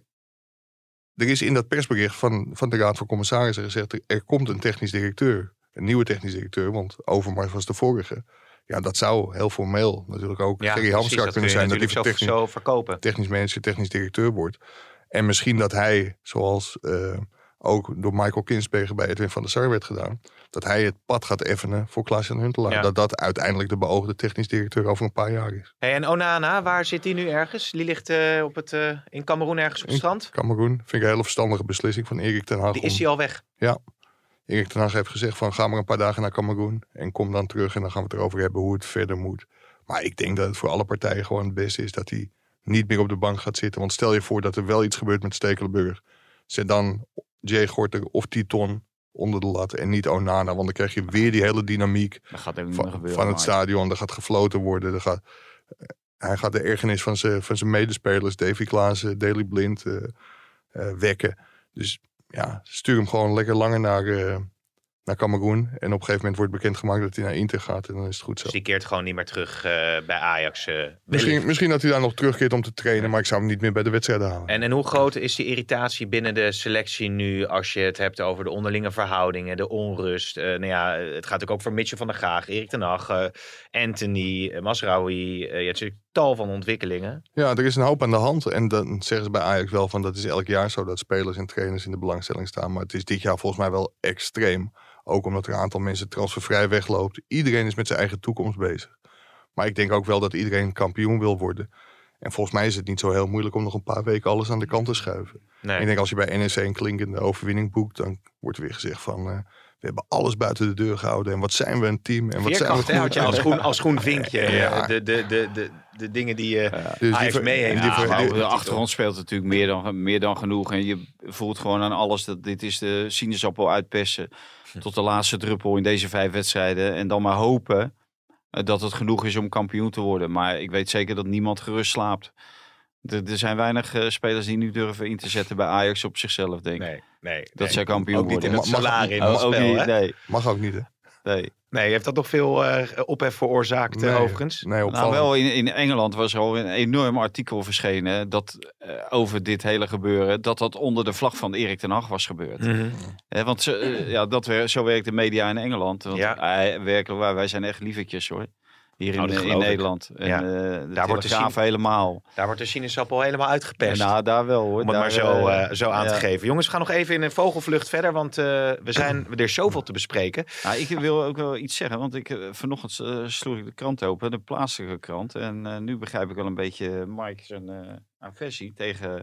er is in dat persbericht van, van de Raad van Commissarissen gezegd... er, er komt een technisch directeur. Een nieuwe technisch directeur, want Overmars was de vorige. Ja, dat zou heel formeel natuurlijk ook ja, Gerry Hamstra kunnen zijn. Dat hij zo, technisch, zo verkopen. technisch manager, technisch directeur wordt. En misschien dat hij, zoals uh, ook door Michael Kinsberger bij Edwin van der Sar werd gedaan... dat hij het pad gaat effenen voor Klaas-Jan Huntelaar. Ja. Dat dat uiteindelijk de beoogde technisch directeur over een paar jaar is. Hey, en Onana, waar zit hij nu ergens? Die ligt uh, op het, uh, in Kameroen ergens op het strand? Kameroen. Vind ik een hele verstandige beslissing van Erik ten Hag. Die is hij al weg? Ja. Erik ten Hag heeft gezegd van ga maar een paar dagen naar Kameroen. En kom dan terug en dan gaan we het erover hebben hoe het verder moet. Maar ik denk dat het voor alle partijen gewoon het beste is dat hij niet meer op de bank gaat zitten. Want stel je voor dat er wel iets gebeurt met Stekelenburg. Zet dan Jay Gorter of Titon onder de lat en niet Onana. Want dan krijg je weer die hele dynamiek dat gaat ook van, gebeuren, van het stadion. Er gaat gefloten worden. Er gaat, uh, hij gaat de ergernis van zijn van zijn medespelers, Davy Klaassen, Daley Blind, uh, uh, wekken. Dus ja, stuur hem gewoon lekker langer naar, uh, naar Kameroen. En op een gegeven moment wordt bekendgemaakt dat hij naar Inter gaat. En dan is het goed zo. Dus die keert gewoon niet meer terug uh, bij Ajax. Uh, misschien, misschien dat hij daar nog terugkeert om te trainen. Ja. Maar ik zou hem niet meer bij de wedstrijden halen. En, en hoe groot is die irritatie binnen de selectie nu... als je het hebt over de onderlinge verhoudingen, de onrust. Uh, nou ja, het gaat natuurlijk ook voor Mitchell van der Gaag, Erik ten Hag, uh, Anthony, uh, Mazraoui. Uh, je hebt natuurlijk tal van ontwikkelingen. Ja, er is een hoop aan de hand. En dan zeggen ze bij Ajax wel van dat is elk jaar zo... dat spelers en trainers in de belangstelling staan. Maar het is dit jaar volgens mij wel extreem. Ook omdat er een aantal mensen transfervrij wegloopt. Iedereen is met zijn eigen toekomst bezig. Maar ik denk ook wel dat iedereen kampioen wil worden. En volgens mij is het niet zo heel moeilijk om nog een paar weken alles aan de kant te schuiven. Nee. Ik denk als je bij N E C een klinkende overwinning boekt... dan wordt er weer gezegd van... Uh, we hebben alles buiten de deur gehouden. En wat zijn we een team. En wat Veerkracht, zijn we goed. Hè, als, groen, als groen vinkje. Ja. De, de, de, de, de dingen die je uh, dus Ajax mee heeft. Ja, ja, de achtergrond speelt natuurlijk meer dan, meer dan genoeg. En je voelt gewoon aan alles dat dit is de sinaasappel uitpersen. Tot de laatste druppel in deze vijf wedstrijden. En dan maar hopen uh, dat het genoeg is om kampioen te worden. Maar ik weet zeker dat niemand gerust slaapt. Er, er zijn weinig uh, spelers die nu durven in te zetten bij Ajax op zichzelf, denk ik. Nee, nee. Dat nee. zij kampioen ook worden. Niet in het salaris in mag, het spel, ook niet, hè? Nee. Mag ook niet, hè? Nee. Nee, heeft dat nog veel uh, ophef veroorzaakt, nee, overigens? Nee, nou, wel in, in Engeland was er al een enorm artikel verschenen dat, uh, over dit hele gebeuren. Dat dat onder de vlag van Erik ten Hag was gebeurd. Mm-hmm. He, want uh, ja, dat, zo werkt de media in Engeland. Want ja. uh, werkelijk, wij zijn echt lievertjes hoor. Hier in, oh, in Nederland. En, ja. uh, daar wordt de Sine- helemaal. Daar wordt de sinaasappel helemaal uitgeperst. Ja, nou, daar wel hoor. Om het daar, maar zo, uh, zo aan ja. te geven. Jongens, we gaan nog even in een vogelvlucht verder. Want uh, we zijn, er is zoveel te bespreken. Nou, ik wil ook wel iets zeggen. Want ik, uh, vanochtend uh, sloeg ik de krant open. De plaatselijke krant. En uh, nu begrijp ik wel een beetje Mike zijn uh, aversie tegen...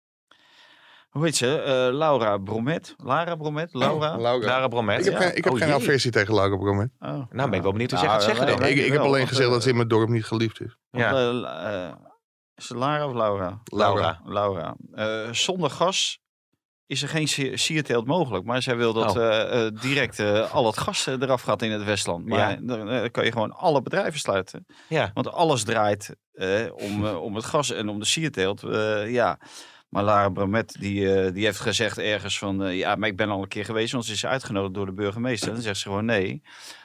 Hoe heet ze? Uh, Laura Bromet. Lara Bromet? Laura? Laura. Lara Bromet. Ik heb, ja. geen, ik heb oh, geen jee. aversie tegen Laura Bromet. Oh. Nou, ben ik wel benieuwd hoe nou, ze gaat zeggen dan. Ik, ik heb alleen gezegd dat ze in mijn dorp niet geliefd is. Ja. Want, uh, uh, is het Lara of Laura? Laura. Laura. Uh, zonder gas is er geen sierteelt mogelijk. Maar zij wil dat oh. uh, uh, direct uh, al het gas uh, eraf gaat in het Westland. Maar Ja. dan uh, kan je gewoon alle bedrijven sluiten. Ja. Want alles draait uh, om, uh, om het gas en om de sierteelt. Uh, ja. Maar Lara Bromet die, uh, die heeft gezegd ergens van... Uh, ja, maar ik ben al een keer geweest, want ze is uitgenodigd door de burgemeester. Dan zegt ze gewoon nee.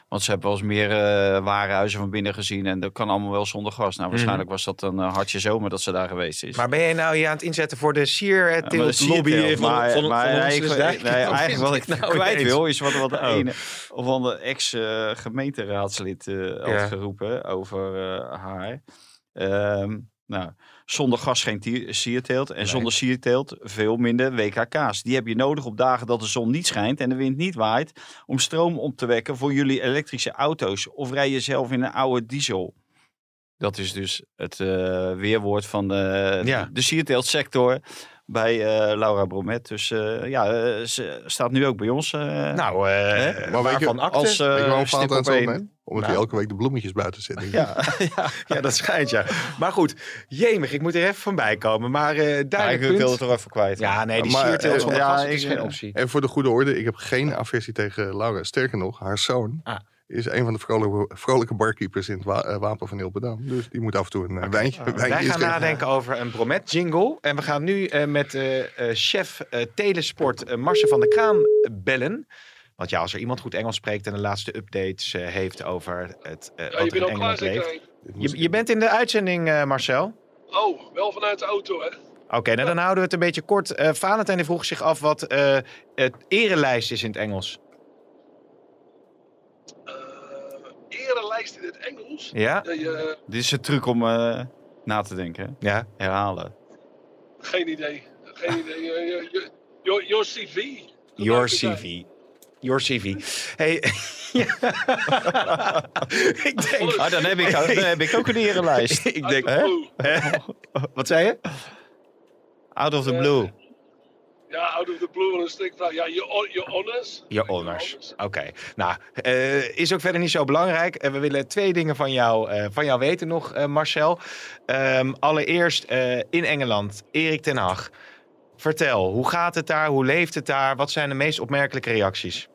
Want ze hebben wel eens meer uh, warenhuizen van binnen gezien. En dat kan allemaal wel zonder gas. Nou, waarschijnlijk was dat een uh, hartje zomer dat ze daar geweest is. Maar ben je nou hier aan het inzetten voor de sierteelt ja, lobby van, maar, van, maar, van nee, ons? ik, Dus nee, nee, eigenlijk wat ik nou kwijt wil is wat, wat de oh. ene of ander ex-gemeenteraadslid uh, had ja. geroepen over uh, haar. Um, nou, zonder gas geen sierteelt en nee. zonder sierteelt veel minder W K K's. Die heb je nodig op dagen dat de zon niet schijnt en de wind niet waait om stroom op te wekken voor jullie elektrische auto's. Of rij je zelf in een oude diesel. Dat is dus het uh, weerwoord van de, ja. de sierteeltsector bij uh, Laura Bromet. Dus uh, ja, uh, ze staat nu ook bij ons. Uh, nou, uh, maar weet je, van acte, als uh, weet je waarom Vaat aan het opnemen? Omdat nou. hij elke week de bloemetjes buiten zit. Ja, ja, ja, dat schijnt ja. Maar goed, jemig, ik moet er even van bij komen. Maar uh, daar ja, ik wil het toch even kwijt. Ja, nee, die maar, sierteelt van de ja, gas ik, is geen optie. En voor de goede orde, ik heb geen aversie tegen Laura. Sterker nog, haar zoon ah. is een van de vrolijke, vrolijke barkeepers in het wa- uh, Wapen van Hilpendam. Dus die moet af en toe een uh, wijntje, uh, wijntje Wij gaan nadenken over een Bromet jingle. En we gaan nu uh, met uh, uh, chef uh, Telesport uh, Marcel van der Kraan bellen. Want ja, als er iemand goed Engels spreekt en de laatste updates uh, heeft over het uh, ja, wat er in Engeland leeft. Je, je bent in de uitzending, uh, Marcel. Oh, wel vanuit de auto, hè? Oké, okay, nou dan houden we het een beetje kort. Uh, Valentijn vroeg zich af wat uh, het erelijst is in het Engels. Uh, erelijst in het Engels? Ja. Uh, uh, Dit is een truc om uh, na te denken. Ja. Herhalen. Geen idee. Geen idee. Uh, your, your, your C V. Your C V. Your C V. Hey. ik denk... Ah, dan, heb ik, dan heb ik ook een erelijst. ik denk... Hè? Wat zei je? Out of the blue. Uh, ja, out of the blue. En een strikvraag. Ja, your, your honors. Your honors. Oké. Okay. Nou, uh, is ook verder niet zo belangrijk. Uh, we willen twee dingen van jou, uh, van jou weten nog, uh, Marcel. Um, allereerst uh, in Engeland, Erik ten Hag. Vertel, hoe gaat het daar? Hoe leeft het daar? Wat zijn de meest opmerkelijke reacties?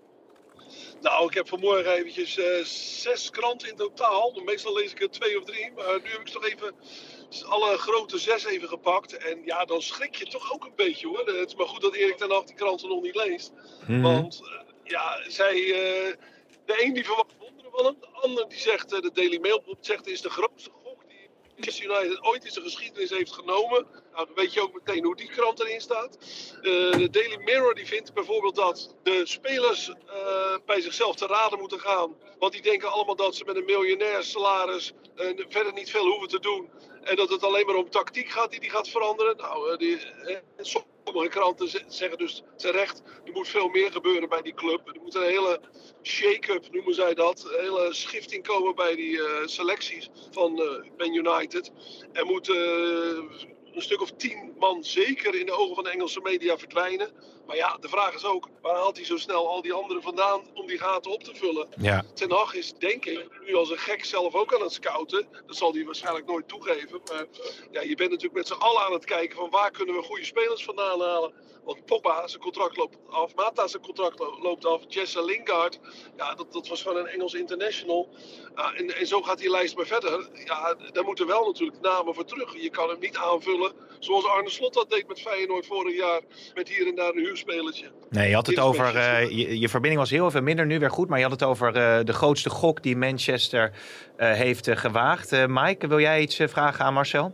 Nou, ik heb vanmorgen eventjes uh, zes kranten in totaal. Meestal lees ik er twee of drie. Maar nu heb ik toch even alle grote zes even gepakt. En ja, dan schrik je toch ook een beetje hoor. Het is maar goed dat Erik ten Hag die kranten nog niet leest. Hmm. Want uh, ja, zij... Uh, de een die verwacht wonderen van hem. De ander die zegt, uh, de Daily Mail zegt, is de grootste gok die Manchester United ooit in zijn geschiedenis heeft genomen. Nou, dan weet je ook meteen hoe die krant erin staat. Uh, de Daily Mirror die vindt bijvoorbeeld dat de spelers uh, bij zichzelf te raden moeten gaan. Want die denken allemaal dat ze met een miljonair salaris uh, verder niet veel hoeven te doen. En dat het alleen maar om tactiek gaat die die gaat veranderen. Nou, uh, die, uh, sommige kranten zeggen dus terecht, er moet veel meer gebeuren bij die club. Er moet een hele shake-up, noemen zij dat. Een hele schifting komen bij die uh, selecties van uh, Man United. Er moet... Uh, een stuk of tien man zeker in de ogen van de Engelse media verdwijnen. Maar ja, de vraag is ook, waar haalt hij zo snel al die anderen vandaan om die gaten op te vullen? Ja. Ten Hag is, denk ik, nu als een gek zelf ook aan het scouten. Dat zal hij waarschijnlijk nooit toegeven. Maar ja, je bent natuurlijk met z'n allen aan het kijken van waar kunnen we goede spelers vandaan halen. Want Pogba, zijn contract loopt af. Mata, zijn contract loopt af. Jesse Lingard, ja, dat, dat was gewoon een Engels international. Ja, en, en zo gaat die lijst maar verder. Ja, daar moeten wel natuurlijk namen voor terug. Je kan hem niet aanvullen zoals Arne Slot dat deed met Feyenoord vorig jaar. Met hier en daar een huurspelertje. Nee, je had het over... Uh, je, je verbinding was heel even minder, nu weer goed. Maar je had het over uh, de grootste gok die Manchester uh, heeft uh, gewaagd. Uh, Mike, wil jij iets uh, vragen aan Marcel?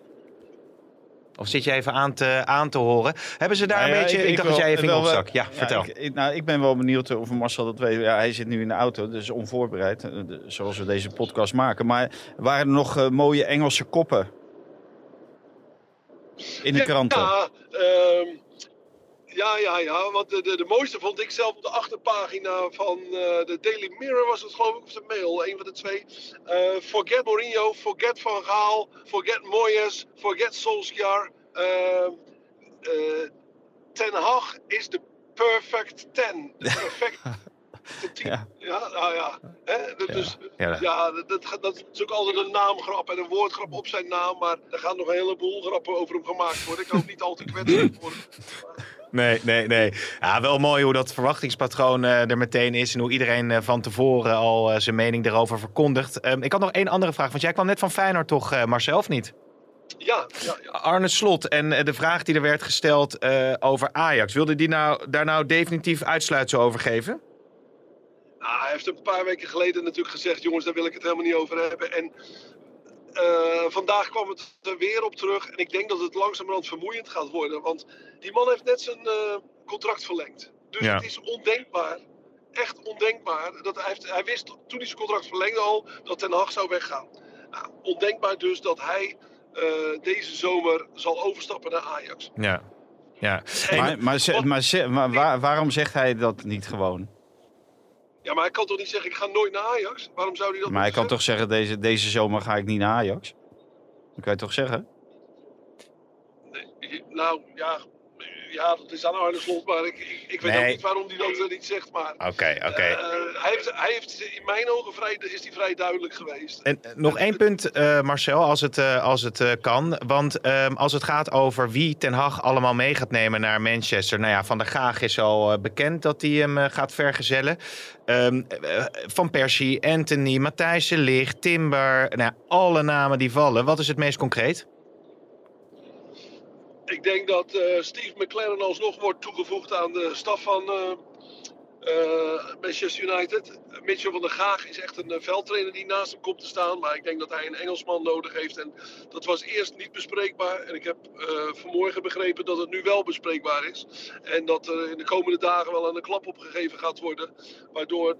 Of zit je even aan te, aan te horen? Hebben ze daar nou ja, een beetje... Ik, ik, ik dacht wel, dat jij je vinger opstak. Ja, ja, vertel. Ik, ik, nou, ik ben wel benieuwd of Marcel dat weet. Ja, hij zit nu in de auto, dus onvoorbereid. De, zoals we deze podcast maken. Maar waren er nog uh, mooie Engelse koppen in de ja, kranten? Ja, um, ja, ja, ja. Want de, de, de mooiste vond ik zelf op de achterpagina van uh, de Daily Mirror was het geloof ik, of de Mail, een van de twee. Uh, forget Mourinho, forget Van Gaal, forget Moyes, forget Solskjaer. Uh, uh, Ten Hag is de perfect ten. De perfect team. Ja, ja, nou ja. Hè? Dus, ja, ja dat, dat, dat is ook altijd een naamgrap en een woordgrap op zijn naam. Maar er gaan nog een heleboel grappen over hem gemaakt worden. Ik hoop niet al te kwetsend worden. Nee, nee, nee. Ja, wel mooi hoe dat verwachtingspatroon uh, er meteen is. En hoe iedereen uh, van tevoren al uh, zijn mening daarover verkondigt. Um, ik had nog één andere vraag. Want jij kwam net van Feyenoord toch, uh, Marcel, of niet? Ja, ja, ja. Arne Slot en uh, de vraag die er werd gesteld uh, over Ajax. Wilde die nou, daar nou definitief uitsluitsel over geven? Nou, hij heeft een paar weken geleden natuurlijk gezegd, jongens, daar wil ik het helemaal niet over hebben. En uh, vandaag kwam het er weer op terug. En ik denk dat het langzamerhand vermoeiend gaat worden. Want die man heeft net zijn uh, contract verlengd. Dus ja. Het is ondenkbaar, echt ondenkbaar. Dat hij, heeft, hij wist toen hij zijn contract verlengde al dat Ten Hag zou weggaan. Nou, ondenkbaar dus dat hij uh, deze zomer zal overstappen naar Ajax. Ja. Ja. En, maar, maar, wat, maar, maar waar, waarom zegt hij dat niet gewoon? Ja, maar hij kan toch niet zeggen, ik ga nooit naar Ajax? Waarom zou hij dat Maar hij kan zeggen? toch zeggen, deze, deze zomer ga ik niet naar Ajax? Dat kan je toch zeggen? Nee, nou, ja... Ja, dat is aan Arne Slot, maar ik, ik, ik weet nee. ook niet waarom hij dat niet zegt. Maar Oké, okay, oké. Okay. Uh, hij, heeft, hij heeft, in mijn ogen vrij, is hij vrij duidelijk geweest. En uh, nog één punt, uh, Marcel, als het, uh, als het uh, kan. Want uh, als het gaat over wie Ten Hag allemaal mee gaat nemen naar Manchester. Nou ja, Van der Gaag is al uh, bekend dat hij hem uh, gaat vergezellen. Um, uh, Van Persie, Anthony, Matthijs de Ligt, Timber. Nou, alle namen die vallen. Wat is het meest concreet? Ik denk dat uh, Steve McLaren alsnog wordt toegevoegd aan de staf van uh, uh, Manchester United. Mitchell van der Gaag is echt een uh, veldtrainer die naast hem komt te staan. Maar ik denk dat hij een Engelsman nodig heeft. En dat was eerst niet bespreekbaar. En ik heb uh, vanmorgen begrepen dat het nu wel bespreekbaar is. En dat er in de komende dagen wel aan de klap opgegeven gaat worden. Waardoor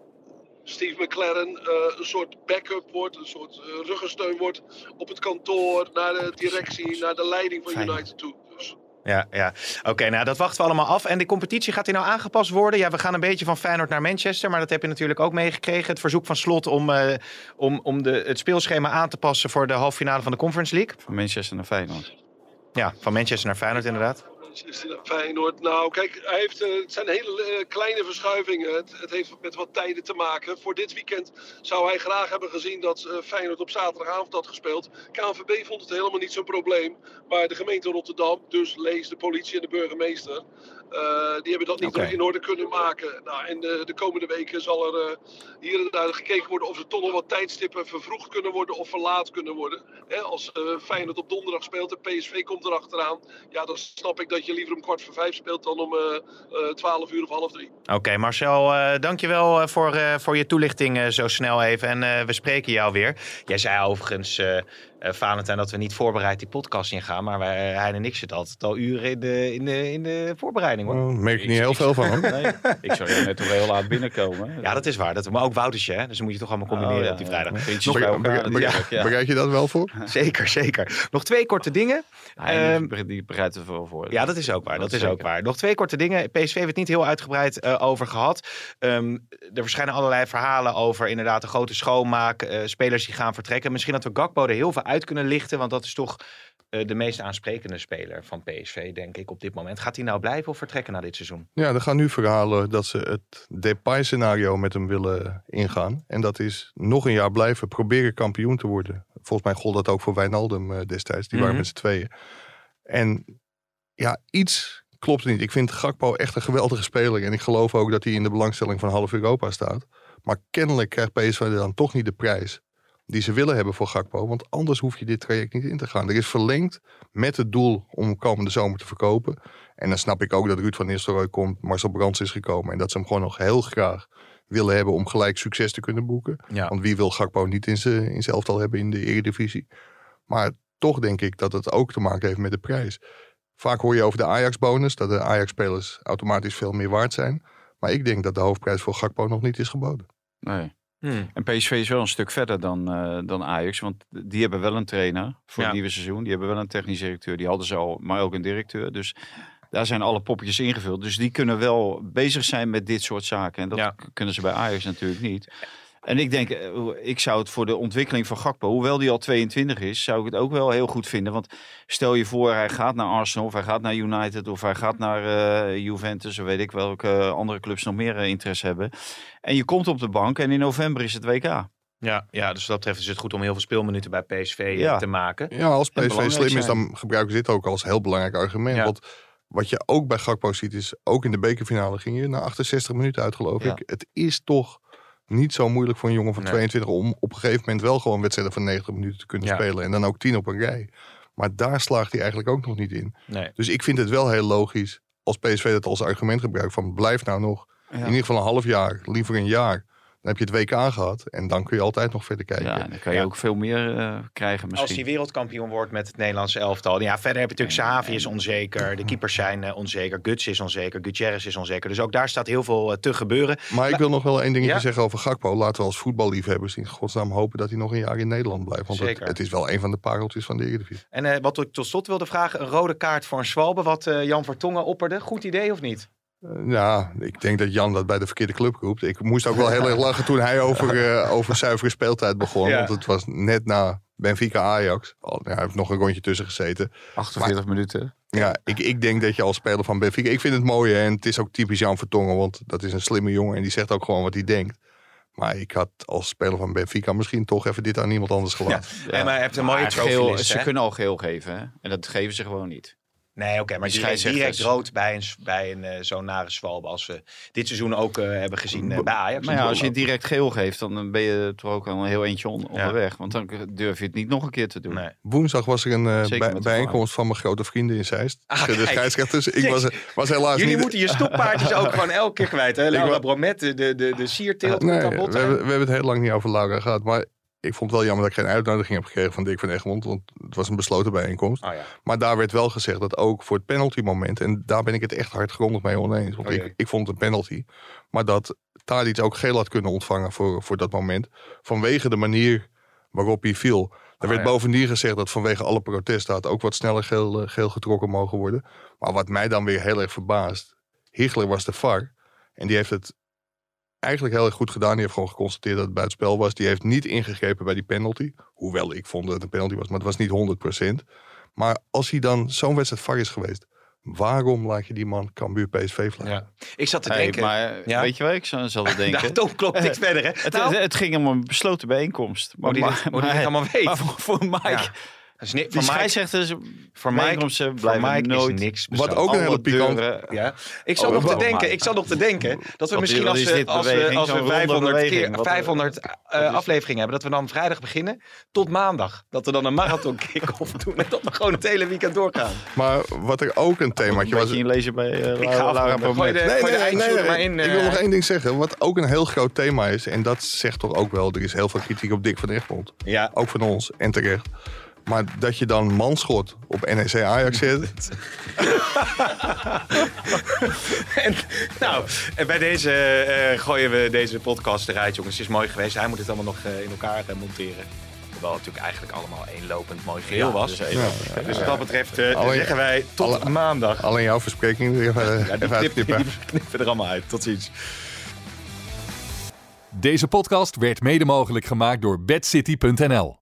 Steve McLaren uh, een soort backup wordt, een soort uh, ruggensteun wordt op het kantoor, naar de directie, naar de leiding van Fijn. United toe. Dus. Ja, ja. Oké, okay, nou dat wachten we allemaal af. En de competitie, gaat die nou aangepast worden? Ja, we gaan een beetje van Feyenoord naar Manchester, maar dat heb je natuurlijk ook meegekregen. Het verzoek van Slot om, uh, om, om de, het speelschema aan te passen voor de halve finale van de Conference League. Van Manchester naar Feyenoord. Ja, van Manchester naar Feyenoord inderdaad. Feyenoord. Nou, kijk, hij heeft, uh, het zijn hele uh, kleine verschuivingen. Het, het heeft met wat tijden te maken. Voor dit weekend zou hij graag hebben gezien dat uh, Feyenoord op zaterdagavond had gespeeld. K N V B vond het helemaal niet zo'n probleem. Maar de gemeente Rotterdam, dus lees de politie en de burgemeester, uh, die hebben dat niet okay. in orde kunnen maken. Nou, en de, de komende weken zal er uh, hier en daar gekeken worden of er toch nog wat tijdstippen vervroegd kunnen worden of verlaat kunnen worden. Hè, als uh, Feyenoord op donderdag speelt en P S V komt erachteraan, ja, dan snap ik dat je liever om kwart voor vijf speelt dan om uh, uh, twaalf uur of half drie. Oké, okay, Marcel, uh, dankjewel voor, uh, voor je toelichting uh, zo snel even. En uh, we spreken jou weer. Jij zei overigens, uh, uh, Valentijn, dat we niet voorbereid die podcast ingaan. Maar wij, hij en ik zitten altijd al uren in de, in de, in de voorbereiding. Hoor. Oh, merk ik niet heel ik, veel van hem. Nee, ik zou je net toch heel laat binnenkomen. Ja, dat is waar. Dat, maar ook Woutersje, hè? Dus dan moet je toch allemaal combineren oh, ja, op die vrijdag. Ja. Nog, elkaar, bereid, bereid, ja. bereid je dat wel voor? Zeker, zeker. Nog twee korte dingen. Ja, um, die bereidt er wel voor. Ja, dat is ook waar. Dat, dat is ook waar. Nog twee korte dingen. P S V heeft het niet heel uitgebreid uh, over gehad. Um, er verschijnen allerlei verhalen over inderdaad een grote schoonmaak. Uh, spelers die gaan vertrekken. Misschien dat we Gakpo er heel veel uit kunnen lichten. Want dat is toch uh, de meest aansprekende speler van P S V, denk ik, op dit moment. Gaat hij nou blijven of vertrekken na dit seizoen? Ja, er gaan nu verhalen dat ze het Depay-scenario met hem willen ingaan. En dat is nog een jaar blijven, proberen kampioen te worden. Volgens mij gold dat ook voor Wijnaldum uh, destijds. Die mm-hmm. waren met z'n tweeën. En ja, iets klopt niet. Ik vind Gakpo echt een geweldige speler. En ik geloof ook dat hij in de belangstelling van half Europa staat. Maar kennelijk krijgt P S V dan toch niet de prijs die ze willen hebben voor Gakpo. Want anders hoef je dit traject niet in te gaan. Er is verlengd met het doel om komende zomer te verkopen. En dan snap ik ook dat Ruud van Nistelrooy komt. Marcel Brands is gekomen. En dat ze hem gewoon nog heel graag willen hebben om gelijk succes te kunnen boeken. Ja. Want wie wil Gakpo niet in zijn in zijn elftal hebben in de Eredivisie. Maar toch denk ik dat het ook te maken heeft met de prijs. Vaak hoor je over de Ajax-bonus, dat de Ajax-spelers automatisch veel meer waard zijn. Maar ik denk dat de hoofdprijs voor Gakpo nog niet is geboden. Nee. Hmm. En P S V is wel een stuk verder dan, uh, dan Ajax. Want die hebben wel een trainer voor ja. het nieuwe seizoen. Die hebben wel een technisch directeur. Die hadden ze al, maar ook een directeur. Dus daar zijn alle poppetjes ingevuld. Dus die kunnen wel bezig zijn met dit soort zaken. En dat ja. kunnen ze bij Ajax natuurlijk niet. En ik denk, ik zou het voor de ontwikkeling van Gakpo, hoewel die al tweeëntwintig is, zou ik het ook wel heel goed vinden. Want stel je voor, hij gaat naar Arsenal, of hij gaat naar United, of hij gaat naar uh, Juventus, of weet ik welke andere clubs nog meer uh, interesse hebben. En je komt op de bank en in november is het W K. Ja, ja, dus dat betreft is het goed om heel veel speelminuten bij P S V ja. te maken. Ja, als P S V slim zijn. is, dan gebruiken ze dit ook als heel belangrijk argument. Ja. Want wat je ook bij Gakpo ziet is, ook in de bekerfinale ging je na achtenzestig minuten uit, geloof ja. ik. Het is toch niet zo moeilijk voor een jongen van nee. tweeëntwintig om op een gegeven moment wel gewoon wedstrijden van negentig minuten te kunnen ja. spelen. En dan ook tien op een rij. Maar daar slaagt hij eigenlijk ook nog niet in. Nee. Dus ik vind het wel heel logisch als P S V dat als argument gebruikt van blijf nou nog In ieder geval een half jaar, liever een jaar. Dan heb je het W K gehad en dan kun je altijd nog verder kijken. Ja, dan kan je Ja. ook veel meer uh, krijgen misschien. Als hij wereldkampioen wordt met het Nederlandse elftal. Ja, verder heb je natuurlijk Sahavi is onzeker. De keepers zijn uh, onzeker. Guts is onzeker. Gutierrez is onzeker. Dus ook daar staat heel veel uh, te gebeuren. Maar ik wil nog wel één dingetje Ja? zeggen over Gakpo. Laten we als voetballiefhebbers in godsnaam hopen dat hij nog een jaar in Nederland blijft. Want het, Zeker. het is wel een van de pareltjes van de Eredivisie. En uh, wat ik tot slot wilde vragen. Een rode kaart voor een Schwalbe. Wat uh, Jan Vertongen opperde. Goed idee of niet? Uh, ja, ik denk dat Jan dat bij de verkeerde club roept. Ik moest ook wel heel erg lachen toen hij over, uh, over zuivere speeltijd begon. Ja. Want het was net na Benfica Ajax. Oh, ja, hij heeft nog een rondje tussen gezeten. achtenveertig minuten. Ja, ik, ik denk dat je als speler van Benfica... Ik vind het mooi hè, en het is ook typisch Jan Vertongen. Want dat is een slimme jongen en die zegt ook gewoon wat hij denkt. Maar ik had als speler van Benfica misschien toch even dit aan iemand anders gelaten. Ja. Nee, maar hij heeft een mooie Maar trofeelist, geel, Ze hè? kunnen al geel geven, hè? En dat geven ze gewoon niet. Nee, oké, okay, maar Die direct, scheidsrechters. direct rood bij een, bij een uh, zo'n nare Schwalbe als we dit seizoen ook uh, hebben gezien uh, bij Ajax. Maar ja, als je direct geel geeft, dan ben je toch ook al een heel eentje on- onderweg. Want dan durf je het niet nog een keer te doen. Nee. Woensdag was er een uh, Zeker bij, met de bijeenkomst van mijn grote vrienden in Zeist. Ah, de kijk. scheidsrechters. Ik was, was helaas Jullie niet... moeten je stoppaardjes ook gewoon elke keer kwijt. Hè? Laura wa- Bromet, de, de, de, de sierteelt Nee, komt aan we bod. hebben, we hebben het heel lang niet over Laura gehad. Maar ik vond het wel jammer dat ik geen uitnodiging heb gekregen van Dick van Egmond. Want het was een besloten bijeenkomst. Oh, ja. Maar daar werd wel gezegd dat ook voor het penaltymoment... en daar ben ik het echt hardgrondig mee oneens. Want Oh, jee. ik, ik vond het een penalty. Maar dat Tadic ook geel had kunnen ontvangen voor, voor dat moment. Vanwege de manier waarop hij viel. Er werd ja. bovendien gezegd dat vanwege alle protesten... had ook wat sneller geel, uh, geel getrokken mogen worden. Maar wat mij dan weer heel erg verbaast... Hichler was de V A R. En die heeft het eigenlijk heel erg goed gedaan. Die heeft gewoon geconstateerd dat het buitenspel was. Die heeft niet ingegrepen bij die penalty. Hoewel ik vond dat het een penalty was. Maar het was niet honderd procent. Maar als hij dan zo'n wedstrijd V A R is geweest... waarom laat je die man Cambuur P S V vlaggen? Ja. Ik zat te Hey, denken... maar Ja? weet je waar ik zo zat te denken? Nou, Tom klopt niks verder, hè? Het, Nou, het, het ging om een besloten bijeenkomst. hoe die, maar, dit- hoe die dit allemaal weet. maar voor, voor Mike, Ja. Dat is ni- die voor Mike, scheidsrechters voor Mike, bijeenkomsten voor blijven Mike nooit. is niks Wat besloten. ook een Alle hele pikant... deuren- Ja. Ik zat Oh, nog te oh, denken, my. ik zat nog te denken dat we Wat misschien is- wat als is we, dit als we, beweging? als we Zo'n ronde vijfhonderd, beweging. keer, Wat- vijfhonderd uh, wat is- afleveringen hebben, dat we dan vrijdag beginnen tot maandag. Dat we dan een marathon kick-off doen en dat we gewoon het hele weekend doorgaan. Maar wat er ook een themaatje was... Moet je inlezen bij uh, Ik ga Laura, af. Laura Gooi Bromet. de, Nee, gooi nee, de nee, eindzoen nee, er maar nee. in. Ik eh. wil nog één ding zeggen. Wat ook een heel groot thema is. En dat zegt toch ook wel... Er is heel veel kritiek op Dick van Egmond. Ja. Ook van ons. En terecht. Maar dat je dan manschot op N E C Ajax zet... En, nou, en bij deze eh, gooien we deze podcast eruit, jongens. Het is mooi geweest. Hij moet het allemaal nog eh, in elkaar eh, monteren. Terwijl het natuurlijk eigenlijk allemaal eenlopend mooi geheel was. dus even- Ja. Dus wat dat betreft eh, Alleen- zeggen wij tot alle- maandag. Alleen jouw verspreking even, Ja, even die, knip, uitknippen. die knippen we er allemaal uit. Tot ziens. Deze podcast werd mede mogelijk gemaakt door bedcity punt n l.